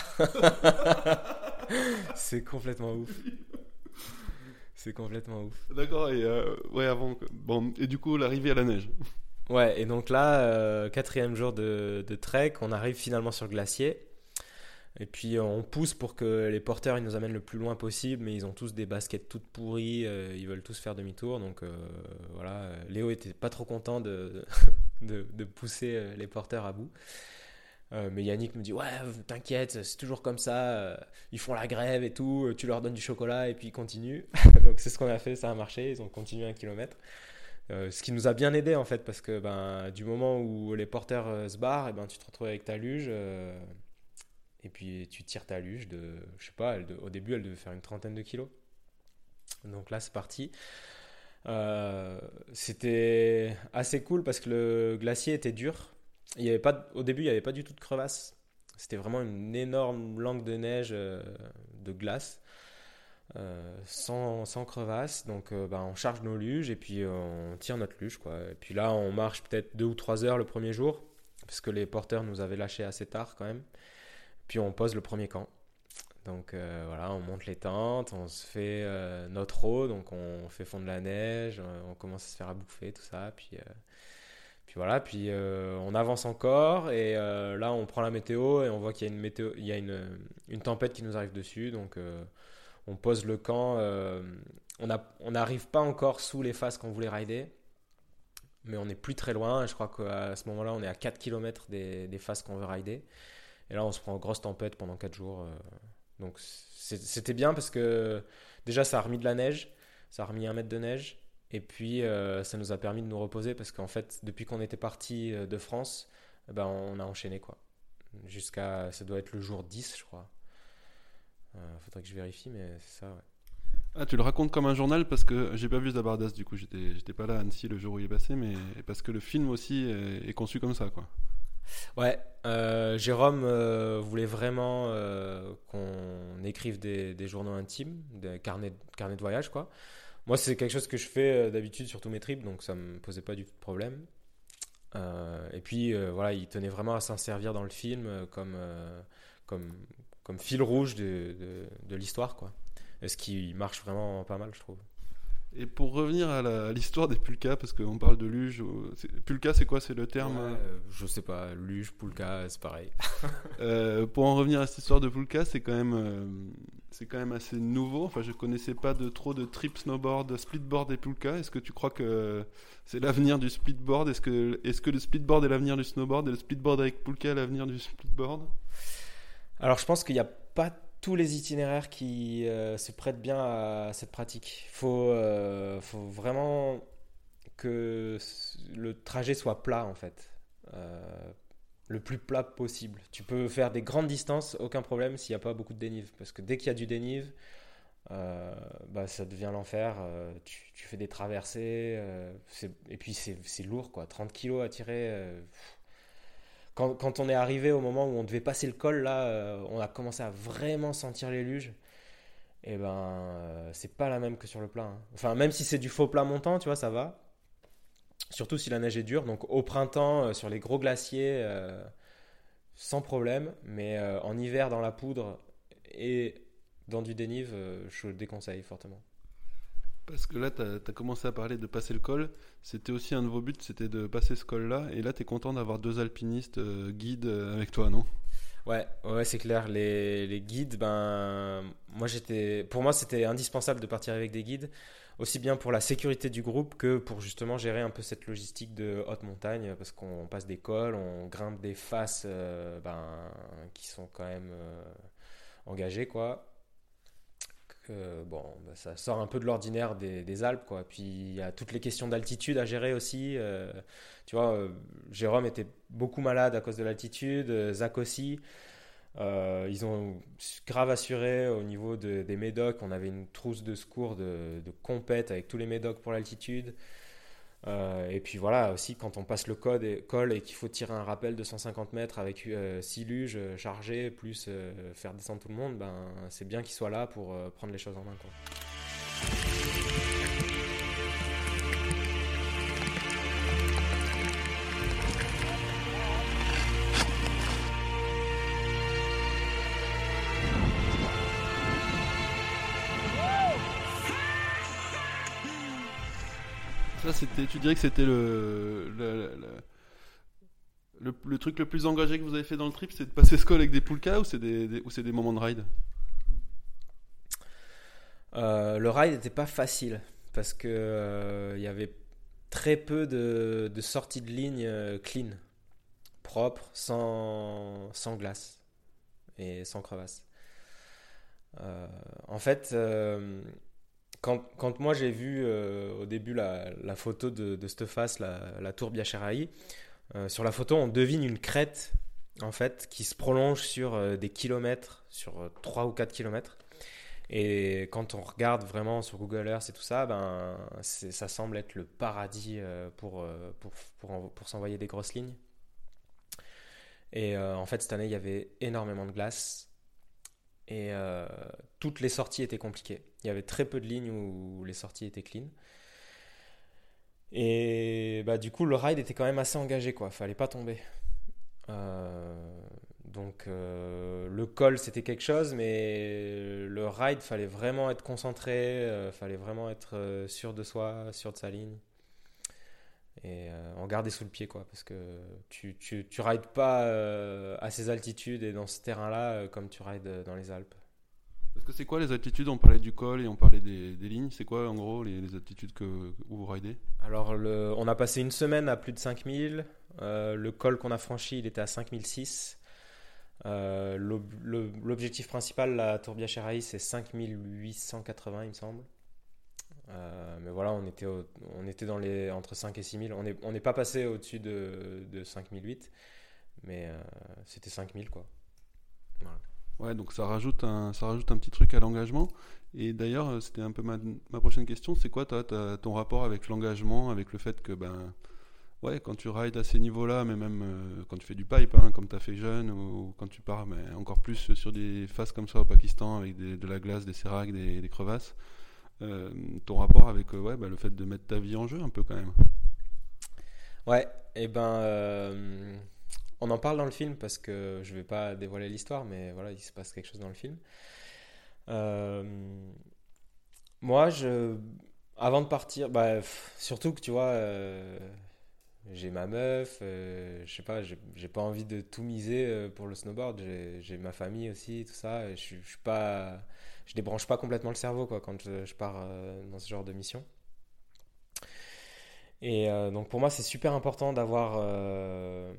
C'est complètement ouf. C'est complètement ouf. D'accord, et euh, ouais, avant. Bon, et du coup, l'arrivée à la neige. Ouais, et donc là, euh, quatrième jour de, de trek, on arrive finalement sur le glacier. Et puis on pousse pour que les porteurs ils nous amènent le plus loin possible, mais ils ont tous des baskets toutes pourries, euh, ils veulent tous faire demi-tour. Donc euh, voilà, Léo était pas trop content de, de, de pousser les porteurs à bout. Euh, mais Yannick me dit ouais, t'inquiète, c'est toujours comme ça, euh, ils font la grève et tout, tu leur donnes du chocolat et puis ils continuent. Donc c'est ce qu'on a fait, ça a marché, ils ont continué un kilomètre. Euh, ce qui nous a bien aidé en fait, parce que ben, du moment où les porteurs euh, se barrent, et ben, tu te retrouves avec ta luge. Euh, Et puis tu tires ta luge de, je sais pas, elle de, au début elle devait faire une trentaine de kilos. Donc là c'est parti. Euh, c'était assez cool parce que le glacier était dur. Il y avait pas, au début il n'y avait pas du tout de crevasse. C'était vraiment une énorme langue de neige, euh, de glace, euh, sans, sans crevasse. Donc euh, bah, on charge nos luges et puis on tire notre luge, quoi. Et puis là on marche peut-être deux ou trois heures le premier jour parce que les porteurs nous avaient lâchés assez tard quand même. Puis on pose le premier camp. Donc euh, voilà, on monte les tentes, on se fait euh, notre eau, donc on fait fondre la neige, on commence à se faire à bouffer, tout ça. Puis, euh, puis voilà, puis euh, on avance encore et euh, là on prend la météo et on voit qu'il y a une, météo, il y a une, une tempête qui nous arrive dessus. Donc euh, on pose le camp. Euh, on n'arrive pas encore sous les faces qu'on voulait rider, mais on n'est plus très loin. Je crois qu'à ce moment-là, on est à quatre kilomètres des, des faces qu'on veut rider. Et là, on se prend une grosse tempête pendant quatre jours. Donc, c'était bien parce que déjà, ça a remis de la neige. Ça a remis un mètre de neige. Et puis, euh, ça nous a permis de nous reposer parce qu'en fait, depuis qu'on était parti de France, ben, on a enchaîné, quoi. Jusqu'à, ça doit être le jour dix, je crois. Euh, faudrait que je vérifie, mais c'est ça, ouais. Ah, tu le racontes comme un journal parce que j'ai pas vu Zabardas, du coup, j'étais, j'étais pas là à Annecy le jour où il est passé, mais parce que le film aussi est, est conçu comme ça, quoi. Ouais, euh, Jérôme euh, voulait vraiment euh, qu'on écrive des, des journaux intimes, des carnets, carnets de voyage, quoi. Moi, c'est quelque chose que je fais euh, d'habitude sur tous mes trips, donc ça me posait pas du tout de problème. Euh, et puis, euh, voilà, il tenait vraiment à s'en servir dans le film euh, comme, euh, comme, comme fil rouge de, de, de l'histoire, quoi. Et ce qui marche vraiment pas mal, je trouve. Et pour revenir à, la, à l'histoire des pulkas, parce qu'on parle de luge, c'est, pulka c'est quoi, c'est le terme ouais, euh, Je sais pas, luge, pulka, c'est pareil. euh, Pour en revenir à cette histoire de pulka, c'est quand même, euh, c'est quand même assez nouveau. Enfin, je connaissais pas de trop de trip snowboard, splitboard et pulka. Est-ce que tu crois que c'est l'avenir du splitboard ? Est-ce que, est-ce que le splitboard est l'avenir du snowboard et le splitboard avec pulka est l'avenir du splitboard ? Alors, je pense qu'il n'y a pas tous les itinéraires qui euh, se prêtent bien à cette pratique. Il faut, euh, faut vraiment que le trajet soit plat, en fait. Euh, le plus plat possible. Tu peux faire des grandes distances, aucun problème, s'il n'y a pas beaucoup de dénive. Parce que dès qu'il y a du dénive, euh, bah, ça devient l'enfer. Euh, tu, tu fais des traversées. Euh, c'est, et puis, c'est, c'est lourd, quoi. trente kilos à tirer. Euh, Quand, quand on est arrivé au moment où on devait passer le col, là, euh, on a commencé à vraiment sentir les luges. Et ben, euh, c'est pas la même que sur le plat. Hein. Enfin, même si c'est du faux plat montant, tu vois, ça va. Surtout si la neige est dure. Donc, au printemps, euh, sur les gros glaciers, euh, sans problème. Mais euh, en hiver, dans la poudre et dans du dénive, euh, je le déconseille fortement. Parce que là, tu as commencé à parler de passer le col. C'était aussi un de vos buts, c'était de passer ce col-là. Et là, tu es content d'avoir deux alpinistes euh, guides euh, avec toi, non ? Ouais, ouais, c'est clair. Les, les guides, ben, moi, j'étais, pour moi, c'était indispensable de partir avec des guides, aussi bien pour la sécurité du groupe que pour justement gérer un peu cette logistique de haute montagne, parce qu'on passe des cols, on grimpe des faces euh, ben, qui sont quand même euh, engagées, quoi. Que, bon, ben, ça sort un peu de l'ordinaire des, des Alpes, quoi. Puis il y a toutes les questions d'altitude à gérer aussi. Euh, tu vois, euh, Jérôme était beaucoup malade à cause de l'altitude, euh, Zach aussi. Euh, ils ont grave assuré au niveau de, des médocs. On avait une trousse de secours de, de compète avec tous les médocs pour l'altitude. Euh, et puis voilà, aussi quand on passe le col et, col et qu'il faut tirer un rappel de cent cinquante mètres avec euh, six luges euh, chargées, plus euh, faire descendre tout le monde, ben, c'est bien qu'il soit là pour euh, prendre les choses en main, quoi. Ça, c'était, tu dirais que c'était le, le, le, Le, le truc le plus engagé que vous avez fait dans le trip, c'est de passer ce col avec des poulkas ou c'est des, des, ou c'est des moments de ride? Euh, le ride n'était pas facile parce que euh, il y avait très peu de, de sorties de ligne euh, clean, propres, sans, sans glace et sans crevasse. Euh, en fait, euh, quand, quand moi j'ai vu euh, au début la, la photo de, de cette face, la, la tour Biacheraï, euh, sur la photo on devine une crête en fait qui se prolonge sur euh, des kilomètres, sur euh, trois ou quatre kilomètres. Et quand on regarde vraiment sur Google Earth et tout ça, ben, c'est, ça semble être le paradis euh, pour, euh, pour, pour, pour, pour s'envoyer des grosses lignes. Et euh, en fait, cette année, il y avait énormément de glace et euh, toutes les sorties étaient compliquées. Il y avait très peu de lignes où les sorties étaient clean. Et bah, du coup, le ride était quand même assez engagé, quoi. Fallait pas tomber. Euh, donc euh, le col c'était quelque chose, mais le ride fallait vraiment être concentré, euh, fallait vraiment être euh, sûr de soi, sûr de sa ligne et euh, en garder sous le pied, quoi, parce que tu, tu, tu rides pas euh, à ces altitudes et dans ce terrain là euh, comme tu rides dans les Alpes. Parce que c'est quoi les altitudes? On parlait du col et on parlait des, des lignes. C'est quoi en gros les, les altitudes que, où vous ridez? Alors le, on a passé une semaine à plus de cinq mille. Euh, le col qu'on a franchi il était à cinq mille six. Euh, l'ob- l'objectif principal, la tour Biacheraï, c'est cinq mille huit cent quatre-vingts, il me semble. Euh, mais voilà, on était, au, on était dans les, entre cinq et six mille. On n'est on n'est pas passé au-dessus de, de cinq mille huit, mais euh, c'était cinq mille, quoi. Voilà. Ouais, donc ça rajoute un, ça rajoute un petit truc à l'engagement. Et d'ailleurs, c'était un peu ma, ma prochaine question. C'est quoi toi, ta, ton rapport avec l'engagement, avec le fait que ben ouais, quand tu rides à ces niveaux-là, mais même euh, quand tu fais du pipe, hein, comme tu as fait jeune, ou, ou quand tu pars, mais encore plus sur des faces comme ça au Pakistan, avec des, de la glace, des séracs, des, des crevasses, euh, ton rapport avec euh, ouais, bah, le fait de mettre ta vie en jeu un peu quand même. Ouais, et ben euh, on en parle dans le film parce que je vais pas dévoiler l'histoire, mais voilà, il se passe quelque chose dans le film. Euh, moi, je, avant de partir, bah, pff, surtout que tu vois, euh, j'ai ma meuf, euh, je sais pas, j'ai, j'ai pas envie de tout miser euh, pour le snowboard. J'ai, j'ai ma famille aussi, tout ça. Et je, suis- je suis pas, je débranche pas complètement le cerveau, quoi, quand je, je pars euh, dans ce genre de mission. Et euh, donc pour moi, c'est super important d'avoir euh,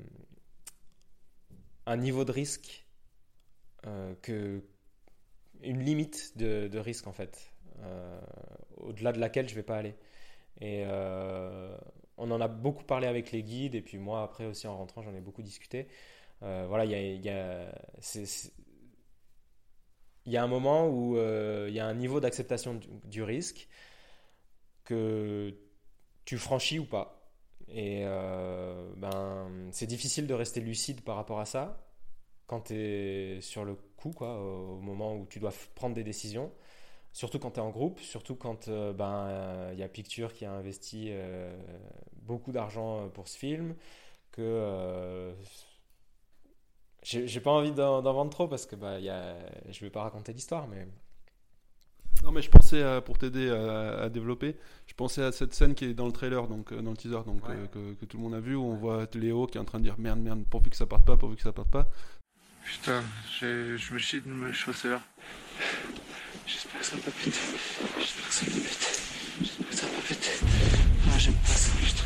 un niveau de risque, euh, que, une limite de, de risque en fait, euh, au-delà de laquelle je vais pas aller. Et euh, on en a beaucoup parlé avec les guides, et puis moi après aussi en rentrant, j'en ai beaucoup discuté. Euh, voilà, il y a, il y a, c'est- c'est- il y a un moment où euh, il y a un niveau d'acceptation du, du risque que tu franchis ou pas. Et euh, ben, c'est difficile de rester lucide par rapport à ça quand tu es sur le coup, quoi, au moment où tu dois f- prendre des décisions. Surtout quand tu es en groupe, surtout quand euh, ben, euh, y a Picture qui a investi euh, beaucoup d'argent pour ce film, que euh, j'ai, j'ai pas envie d'en, d'en vendre trop parce que bah, y a, je vais pas raconter l'histoire, mais Non, mais je pensais à- pour t'aider à, à développer, je pensais à cette scène qui est dans le trailer, donc euh, dans le teaser, donc Ouais. euh, que, que tout le monde a vu, où on voit Léo qui est en train de dire merde, merde, pourvu que ça parte pas, pourvu que ça parte pas. Putain, je, je me chie de me chausser là. J'espère que ça va pas péter. J'espère que ça va pas péter. J'espère que ça va pas péter. Ah, j'aime pas ça, putain.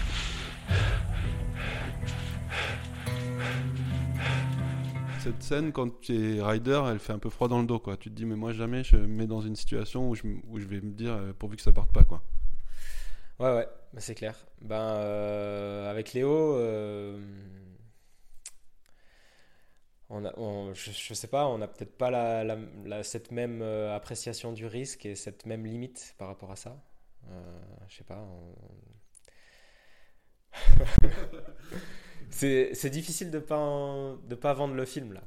Cette scène, quand tu es rider, elle fait un peu froid dans le dos, quoi. Tu te dis, mais moi jamais je me mets dans une situation où je, m- où je vais me dire euh, pourvu que ça parte pas, quoi. ouais, ouais, bah, c'est clair. Ben, euh, avec Léo, euh, on a, on- je, je sais pas, on a peut-être pas la, la- la- cette même euh, appréciation du risque et cette même limite par rapport à ça. Euh, je sais pas. on- c'est, c'est difficile de pas en- de pas vendre le film là.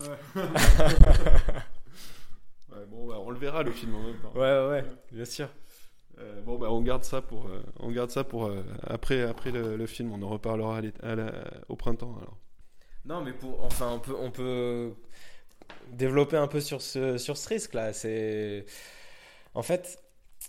Ouais, bon, bah, on le verra le film en même temps. Ouais, ouais, ouais, bien sûr. Euh, bon, bah, on garde ça pour, euh, on garde ça pour euh, après, après le, le film. On en reparlera à l'é- à la- au printemps. Alors. Non, mais pour, enfin, on peut, on peut développer un peu sur ce, sur ce risque-là. C'est, en fait,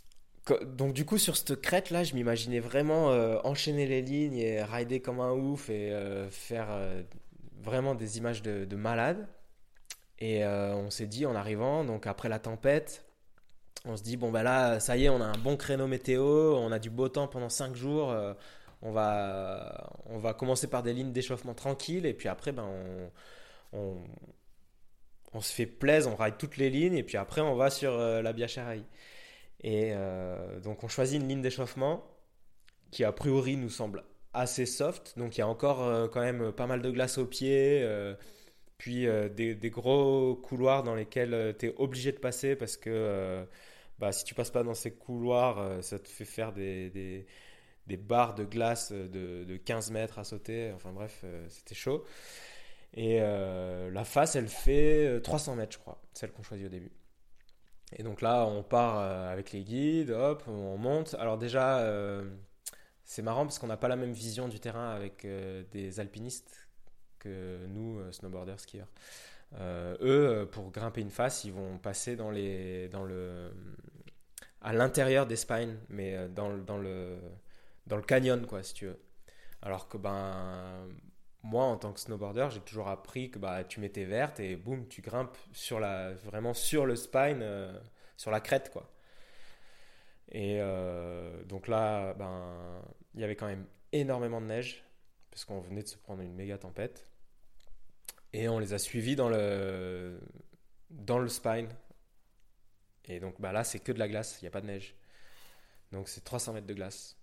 Donc du coup sur cette crête là, je m'imaginais vraiment euh, enchaîner les lignes et rider comme un ouf et euh, faire euh, vraiment des images de, de malade. Et euh, on s'est dit en arrivant, donc après la tempête, on se dit bon bah là ça y est, on a un bon créneau météo, on a du beau temps pendant cinq jours, euh, on va on va commencer par des lignes d'échauffement tranquilles et puis après ben on, on, on se fait plaisir, on ride toutes les lignes et puis après on va sur euh, la Biacherai. Et euh, donc on choisit une ligne d'échauffement qui a priori nous semble assez soft. Donc il y a encore euh, quand même pas mal de glace aux pieds, euh, puis euh, des, des gros couloirs dans lesquels tu es obligé de passer parce que euh, bah, si tu passes pas dans ces couloirs, euh, ça te fait faire des, des, des barres de glace de, de quinze mètres à sauter. Enfin bref, euh, c'était chaud. Et euh, la face, elle fait trois cents mètres, je crois, celle qu'on choisit au début. Et donc là, on part euh, avec les guides, hop, on monte. Alors déjà, euh, c'est marrant parce qu'on n'a pas la même vision du terrain avec euh, des alpinistes que nous, euh, snowboarders, skieurs. Euh, eux, pour grimper une face, ils vont passer dans les, dans le, à l'intérieur des spines, mais dans, dans, le, dans le canyon, quoi, si tu veux. Alors que ben, moi, en tant que snowboarder, j'ai toujours appris que bah, tu mets tes vertes et boum, tu grimpes sur la, vraiment sur le spine, euh, sur la crête, quoi. Et euh, donc là, ben, il y avait quand même énormément de neige parce qu'on venait de se prendre une méga tempête. Et on les a suivis dans le, dans le spine. Et donc bah, là, c'est que de la glace, il n'y a pas de neige. Donc c'est trois cents mètres de glace.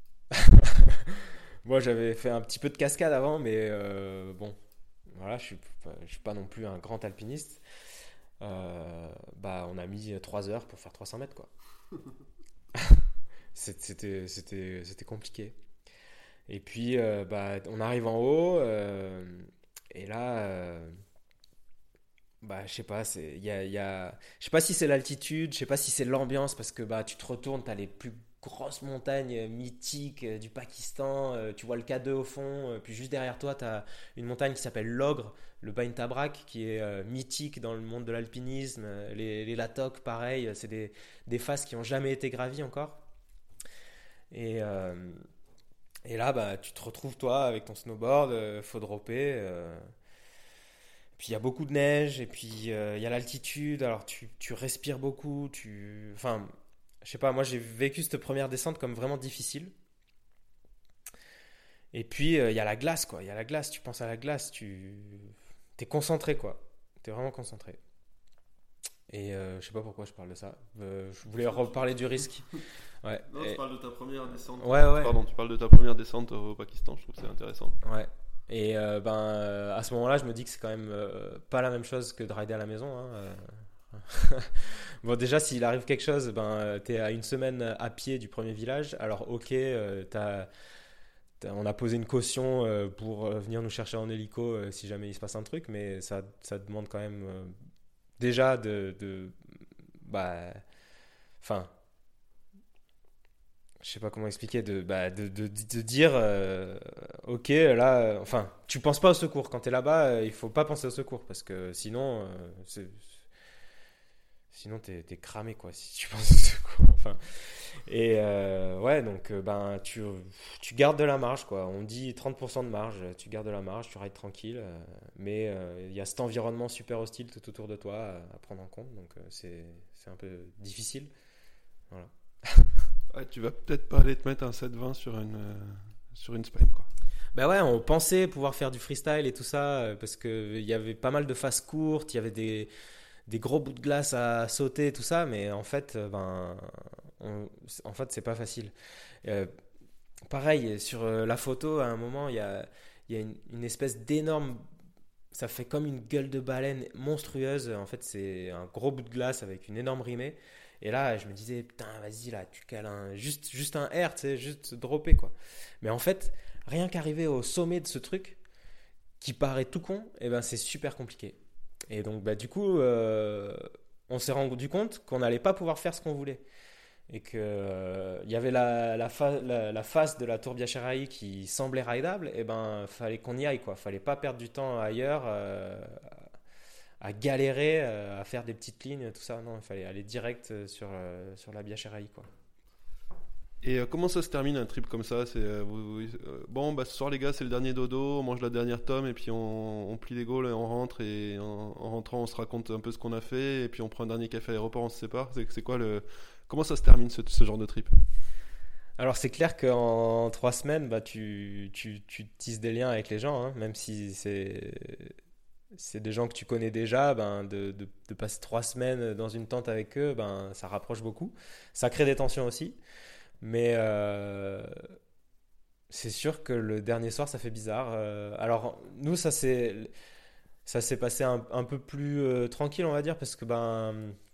Moi, j'avais fait un petit peu de cascade avant, mais euh, bon, voilà, je ne suis pas non plus un grand alpiniste. Euh, bah, on a mis trois heures pour faire trois cents mètres, quoi. c'était, c'était, c'était compliqué. Et puis, euh, bah, on arrive en haut, euh, et là, euh, bah, je sais pas, c'est, y a, y a, je sais pas si c'est l'altitude, je sais pas si c'est l'ambiance, parce que bah, tu te retournes, tu as les plus grosses montagnes mythiques euh, du Pakistan, euh, tu vois le K deux au fond, euh, puis juste derrière toi, tu as une montagne qui s'appelle l'Ogre, le Bain Tabrak, qui est euh, mythique dans le monde de l'alpinisme. Les, les Latok, pareil, c'est des, des faces qui n'ont jamais été gravies encore. Et, euh, et là, bah, tu te retrouves, toi, avec ton snowboard, euh, faut dropper. Euh, puis il y a beaucoup de neige, et puis il euh, y a l'altitude, alors tu, tu respires beaucoup, tu... Enfin, je sais pas, moi j'ai vécu cette première descente comme vraiment difficile. Et puis il euh, y a la glace, quoi. Il y a la glace, tu penses à la glace, tu... T'es concentré, quoi. T'es vraiment concentré. Et euh, je sais pas pourquoi je parle de ça. Euh, je voulais reparler du risque. Ouais. Non, et... tu parles de ta première descente. Ouais, ouais. Pardon, tu parles de ta première descente au Pakistan, je trouve que c'est intéressant. Ouais. Et euh, ben, euh, à ce moment-là, je me dis que c'est quand même euh, pas la même chose que de rider à la maison. Hein. Euh... Bon, déjà, s'il arrive quelque chose, ben, t'es à une semaine à pied du premier village. Alors, ok, euh, t'as, t'as, on a posé une caution euh, pour euh, venir nous chercher en hélico euh, si jamais il se passe un truc, mais ça, ça demande quand même euh, déjà de, de bah, enfin. Je sais pas comment expliquer, de, bah, de, de, de dire euh, ok, là, euh, enfin, tu penses pas au secours. Quand tu es là-bas, euh, il faut pas penser au secours parce que sinon, euh, c'est, sinon t'es, t'es cramé, quoi, si tu penses au secours. Enfin, et euh, ouais, donc euh, ben, tu, tu gardes de la marge, quoi. On dit trente pour cent de marge, tu gardes de la marge, tu rides tranquille, euh, mais il euh, y a cet environnement super hostile tout autour de toi à, à prendre en compte, donc euh, c'est, c'est un peu difficile. Voilà. Ouais, tu vas peut-être pas aller te mettre un sept vingt sur une, euh, sur une spine, quoi. Bah ouais, on pensait pouvoir faire du freestyle et tout ça, euh, parce qu'il y avait pas mal de phases courtes, il y avait des, des gros bouts de glace à sauter et tout ça, mais en fait, euh, ben, on, en fait c'est pas facile. Euh, pareil, sur euh, la photo, à un moment, il y a, il y a une, une espèce d'énorme... Ça fait comme une gueule de baleine monstrueuse. En fait, c'est un gros bout de glace avec une énorme rimée. Et là, je me disais, putain, vas-y, là, tu cales un, juste, juste un R, tu sais, juste dropper, quoi. Mais en fait, rien qu'arriver au sommet de ce truc, qui paraît tout con, eh ben, c'est super compliqué. Et donc, bah, du coup, euh, on s'est rendu compte qu'on n'allait pas pouvoir faire ce qu'on voulait. Et qu'il euh, y avait la, la, fa- la, la face de la tour Biacherai qui semblait rideable, et ben, fallait qu'on y aille, quoi. Fallait pas perdre du temps ailleurs, euh, à galérer, euh, à faire des petites lignes, tout ça. Non, il fallait aller direct sur, euh, sur la Biacherai, quoi. Et euh, comment ça se termine un trip comme ça? C'est euh, vous- vous- euh, bon, bah ce soir les gars, c'est le dernier dodo, on mange la dernière tome et puis on, on plie les gaules et on rentre et en, en rentrant on se raconte un peu ce qu'on a fait et puis on prend un dernier café à l'aéroport, on se sépare. C'est, c'est quoi le comment ça se termine ce, ce genre de trip? Alors c'est clair qu'en trois semaines, bah, tu, tu, tu tisses des liens avec les gens, hein, même si c'est, c'est des gens que tu connais déjà, ben, de, de, de passer trois semaines dans une tente avec eux, ben, ça rapproche beaucoup. Ça crée des tensions aussi, mais euh, c'est sûr que le dernier soir, ça fait bizarre. Euh, alors nous, ça s'est, ça s'est passé un, un peu plus euh, tranquille, on va dire, parce que ben,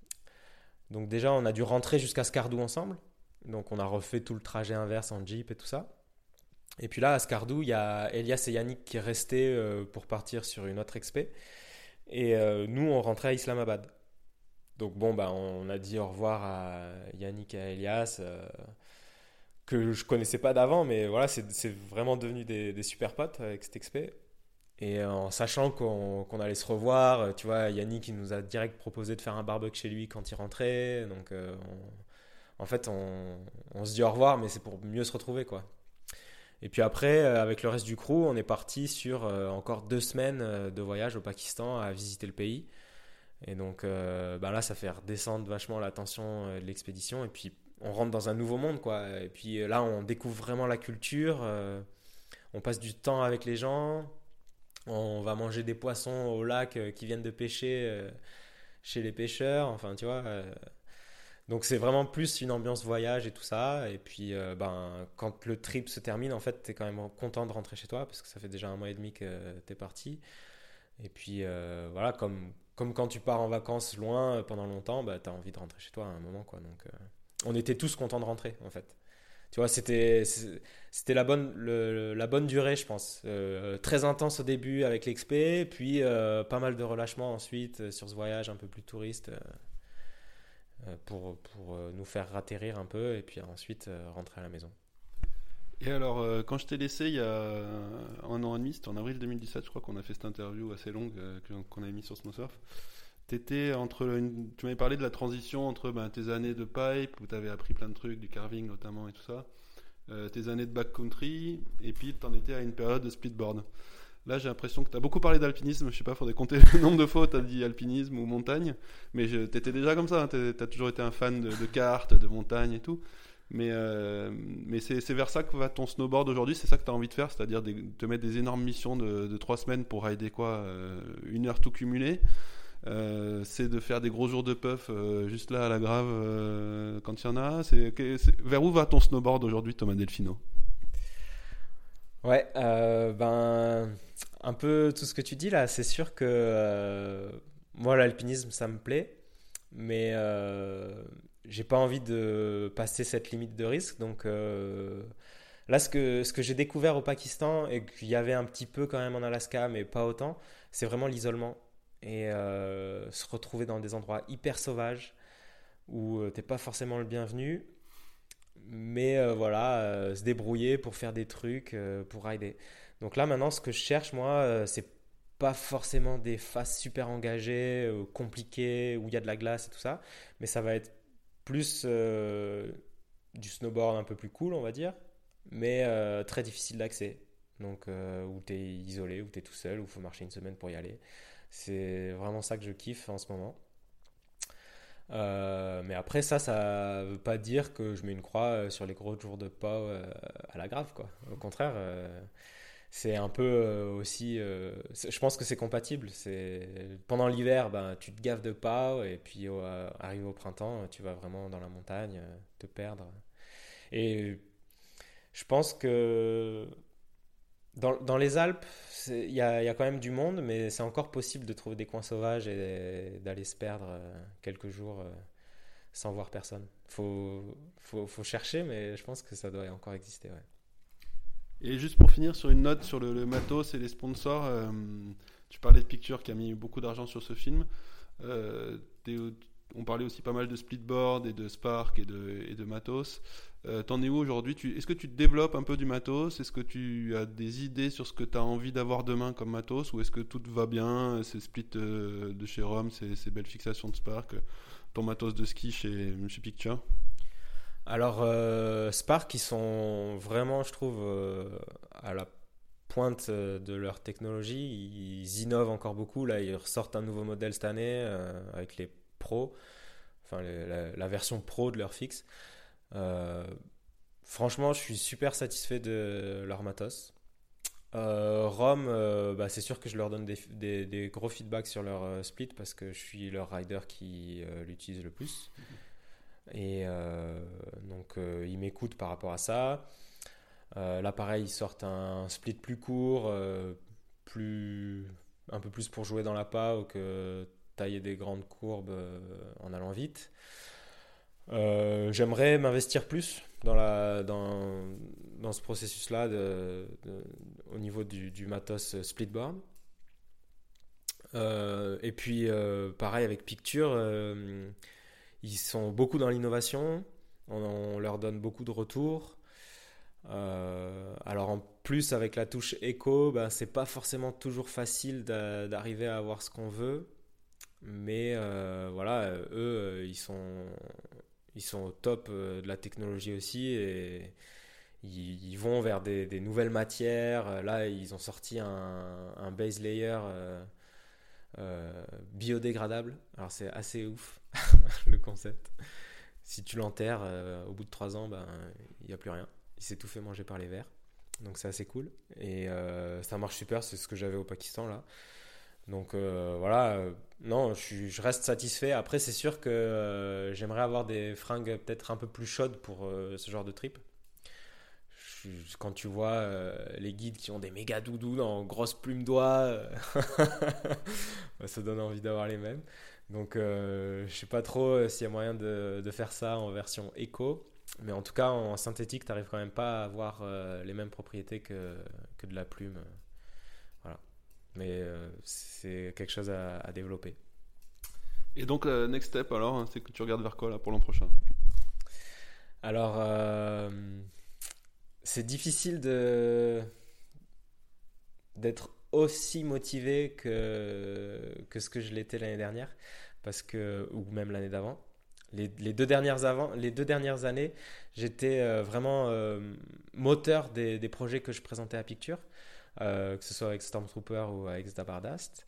donc déjà, on a dû rentrer jusqu'à Skardou ensemble. Donc on a refait tout le trajet inverse en Jeep et tout ça. Et puis là, à Skardou, il y a Elias et Yannick qui restaient euh, pour partir sur une autre expé. Et euh, nous, on rentrait à Islamabad. Donc bon, bah, on a dit au revoir à Yannick et à Elias, euh, que je connaissais pas d'avant, mais voilà, c'est, c'est vraiment devenu des, des super potes avec cette expé. Et euh, en sachant qu'on, qu'on allait se revoir, euh, tu vois, Yannick, il nous a direct proposé de faire un barbecue chez lui quand il rentrait. Donc euh, on- en fait, on, on se dit au revoir, mais c'est pour mieux se retrouver, quoi. Et puis après, euh, avec le reste du crew, on est parti sur euh, encore deux semaines euh, de voyage au Pakistan à visiter le pays. Et donc euh, bah là, ça fait redescendre vachement la tension euh, de l'expédition. Et puis, on rentre dans un nouveau monde, quoi. Et puis euh, là, on découvre vraiment la culture. Euh, on passe du temps avec les gens. On va manger des poissons au lac euh, qui viennent de pêcher euh, chez les pêcheurs. Enfin, tu vois. euh, donc c'est vraiment plus une ambiance voyage et tout ça. Et puis euh, ben, quand le trip se termine, en fait, tu es quand même content de rentrer chez toi parce que ça fait déjà un mois et demi que tu es parti. Et puis euh, voilà, comme, comme quand tu pars en vacances loin euh, pendant longtemps, bah, tu as envie de rentrer chez toi à un moment, quoi. Donc euh, on était tous contents de rentrer, en fait. Tu vois, c'était, c'est- c'était la bonne, le- la bonne durée, je pense. Euh, très intense au début avec l'expé, puis euh, pas mal de relâchement ensuite euh, sur ce voyage un peu plus touriste. euh, euh, pour, pour euh, nous faire atterrir un peu et puis ensuite euh, rentrer à la maison. Et alors, euh, quand je t'ai laissé il y a un an et demi, c'était en avril deux mille dix-sept, je crois qu'on a fait cette interview assez longue euh, que- qu'on avait mis sur Snowsurf. T'étais entre une- tu m'avais parlé de la transition entre ben, tes années de pipe, où tu avais appris plein de trucs, du carving notamment et tout ça, euh, tes années de backcountry, et puis tu en étais à une période de splitboard. Là, j'ai l'impression que tu as beaucoup parlé d'alpinisme. Je sais pas, faudrait compter le nombre de fois où tu as dit alpinisme ou montagne. Mais tu étais déjà comme ça. Tu as toujours été un fan de, de cartes, de montagne et tout. Mais, euh, mais c'est, c'est vers ça que va ton snowboard aujourd'hui. C'est ça que tu as envie de faire. C'est-à-dire des- te mettre des énormes missions de, de trois semaines pour rider quoi euh, une heure tout cumulé. Euh, c'est de faire des gros jours de puff euh, juste là à la Grave euh, quand il y en a. C'est, que- c'est- vers où va ton snowboard aujourd'hui, Thomas Delfino? Ouais, euh, ben un peu tout ce que tu dis là, c'est sûr que euh, moi l'alpinisme ça me plaît, mais euh, j'ai pas envie de passer cette limite de risque. Donc euh, là, ce que, ce que j'ai découvert au Pakistan et qu'il y avait un petit peu quand même en Alaska, mais pas autant, c'est vraiment l'isolement et euh, se retrouver dans des endroits hyper sauvages où euh, t'es pas forcément le bienvenu. Mais euh, voilà, euh, se débrouiller pour faire des trucs, euh, pour rider. Donc là, maintenant, ce que je cherche, moi, euh, c'est pas forcément des phases super engagées, euh, compliquées, où il y a de la glace et tout ça, mais ça va être plus euh, du snowboard un peu plus cool, on va dire, mais euh, très difficile d'accès. Donc, euh, où tu es isolé, où tu es tout seul, où il faut marcher une semaine pour y aller. C'est vraiment ça que je kiffe en ce moment. Euh, mais après ça, ça veut pas dire que je mets une croix euh, sur les gros jours de P O euh, à la Grave, quoi. Au contraire, euh, c'est un peu euh, aussi. Euh, c'est- je pense que c'est compatible. C'est pendant l'hiver, ben tu te gaves de P O et puis au- euh, arrivé au printemps, tu vas vraiment dans la montagne, euh, te perdre. Et je pense que dans, dans les Alpes, c'est- il y a, il y a quand même du monde, mais c'est encore possible de trouver des coins sauvages et d'aller se perdre euh, quelques jours euh, sans voir personne. Faut, faut, faut chercher, mais je pense que ça doit encore exister. Ouais. Et juste pour finir sur une note sur le, le matos et les sponsors, euh, tu parlais de Picture qui a mis beaucoup d'argent sur ce film. Euh, t'es- on parlait aussi pas mal de splitboard et de Spark et de, et de matos. Euh, t'en es où aujourd'hui? tu, Est-ce que tu développes un peu du matos? Est-ce que tu as des idées sur ce que tu as envie d'avoir demain comme matos? Ou est-ce que tout va bien? C'est split euh, de chez Rome, c'est, c'est belle fixation de Spark, ton matos de ski chez, chez Picture? Alors, euh, Spark, ils sont vraiment, je trouve, euh, à la pointe euh, de leur technologie. Ils innovent encore beaucoup. Là, ils ressortent un nouveau modèle cette année euh, avec les Pro, enfin les- la, la version Pro de leur fixe. Euh, franchement, je suis super satisfait de leur matos. Euh, Rom, euh, bah, c'est sûr que je leur donne des, des- des gros feedbacks sur leur euh, split parce que je suis leur rider qui euh, l'utilise le plus. Et euh, donc, euh, ils m'écoutent par rapport à ça. Euh, là, pareil, ils sortent un split plus court, euh, plus, un peu plus pour jouer dans la P A ou que tailler des grandes courbes euh, en allant vite. Euh, j'aimerais m'investir plus dans, la, dans, dans ce processus-là de, de- au niveau du, du matos splitboard. Euh, et puis, euh, pareil avec Picture, euh, ils sont beaucoup dans l'innovation. On, on leur donne beaucoup de retours. Euh, alors en plus avec la touche écho, ben, c'est pas forcément toujours facile d'a- d'arriver à avoir ce qu'on veut, mais euh, voilà, euh, eux euh, ils sont ils sont au top euh, de la technologie aussi et ils, ils vont vers des, des nouvelles matières. Euh, Là ils ont sorti un, un base layer euh, euh, biodégradable. Alors c'est assez ouf le concept. Si tu l'enterres euh, au bout de trois ans, ben il n'y a plus rien. Il s'est tout fait manger par les vers. Donc c'est assez cool. Et euh, ça marche super, c'est ce que j'avais au Pakistan là. Donc euh, voilà, euh, non, je, suis- je reste satisfait. Après, c'est sûr que euh, j'aimerais avoir des fringues peut-être un peu plus chaudes pour euh, ce genre de trip. Je suis- quand tu vois euh, les guides qui ont des méga doudous en grosses plumes d'oie, euh, bah, ça donne envie d'avoir les mêmes. Donc euh, je sais pas trop euh, s'il y a moyen de, de faire ça en version éco. Mais en tout cas, en synthétique, tu n'arrives quand même pas à avoir euh, les mêmes propriétés que, que de la plume. euh, Voilà. Mais euh, c'est quelque chose à, à développer. Et donc, euh, next step alors, hein, c'est que tu regardes vers quoi là pour l'an prochain? Alors, euh, c'est difficile de, d'être aussi motivé que, que ce que je l'étais l'année dernière, parce que, ou même l'année d'avant. Les, les deux dernières avant, les deux dernières années, j'étais euh, vraiment euh, moteur des, des projets que je présentais à Picture, euh, que ce soit avec Stormtrooper ou avec Stardust.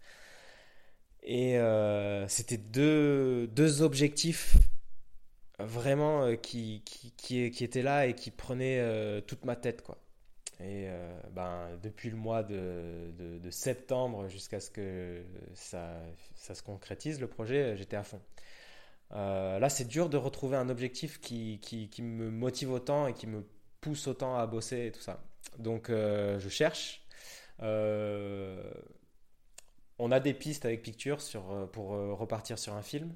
Et euh, c'était deux, deux objectifs vraiment euh, qui, qui, qui, qui étaient là et qui prenaient euh, toute ma tête, quoi. Et euh, ben, depuis le mois de, de, de septembre jusqu'à ce que ça, ça se concrétise, le projet, j'étais à fond. Euh, là, c'est dur de retrouver un objectif qui, qui, qui me motive autant et qui me pousse autant à bosser et tout ça. Donc, euh, je cherche. Euh, on a des pistes avec Picture sur, euh, pour euh, repartir sur un film.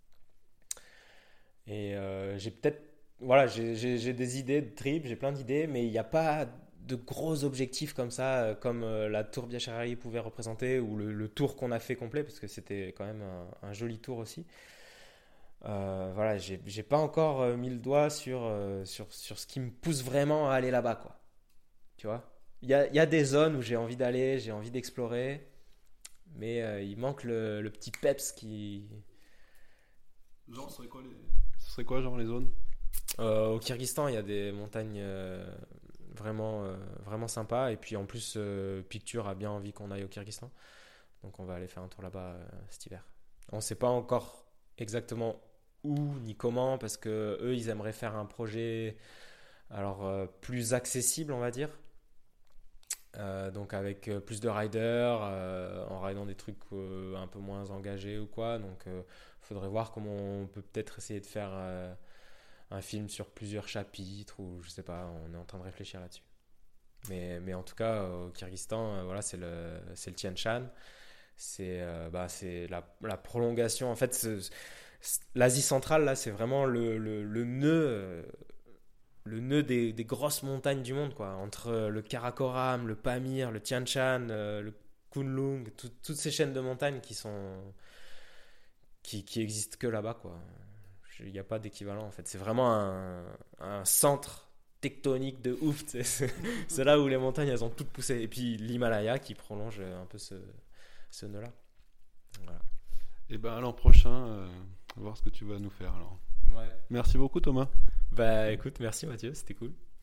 Et euh, j'ai peut-être. Voilà, j'ai, j'ai, j'ai des idées de trip, j'ai plein d'idées, mais il n'y a pas de gros objectifs comme ça, euh, comme euh, la tour Biashari pouvait représenter, ou le, le tour qu'on a fait complet, parce que c'était quand même un, un joli tour aussi. Euh, voilà, j'ai, j'ai pas encore euh, mis le doigt sur, euh, sur, sur ce qui me pousse vraiment à aller là-bas, quoi. Tu vois? Il y a, il y a des zones où j'ai envie d'aller, j'ai envie d'explorer, mais euh, il manque le, le petit peps qui. Genre, ce serait quoi, les... ce serait quoi genre les zones? Euh, au Kyrgyzstan, il y a des montagnes euh, vraiment, euh, vraiment sympas, et puis en plus, euh, Picture a bien envie qu'on aille au Kyrgyzstan, donc on va aller faire un tour là-bas euh, cet hiver. On sait pas encore exactement où ni comment, parce que eux, ils aimeraient faire un projet alors euh, plus accessible, on va dire. Euh, donc avec euh, plus de riders, euh, en ridant des trucs euh, un peu moins engagés ou quoi. Donc il euh, faudrait voir comment on peut peut-être essayer de faire euh, un film sur plusieurs chapitres, ou je sais pas, on est en train de réfléchir là-dessus. Mais, mais en tout cas, au Kyrgyzstan, euh, voilà, c'est le, c'est le Tian Shan. C'est, euh, bah, c'est la, la prolongation. En fait, c'est, c'est- l'Asie centrale, là, c'est vraiment le, le, le nœud. euh, le nœud des, des grosses montagnes du monde, quoi. Entre le Karakoram, le Pamir, le Tian Shan, euh, le Kunlun, tout- toutes ces chaînes de montagnes qui sont qui, qui existent que là-bas, quoi. Il n'y a pas d'équivalent, en fait. C'est vraiment un, un centre tectonique de ouf. tu sais. C'est c'est là où les montagnes, elles ont toutes poussé. Et puis l'Himalaya qui prolonge un peu ce, ce nœud-là. Voilà. Et ben à l'an prochain, euh, voir ce que tu vas nous faire alors. Ouais. Merci beaucoup Thomas. Bah écoute, merci Mathieu, c'était cool.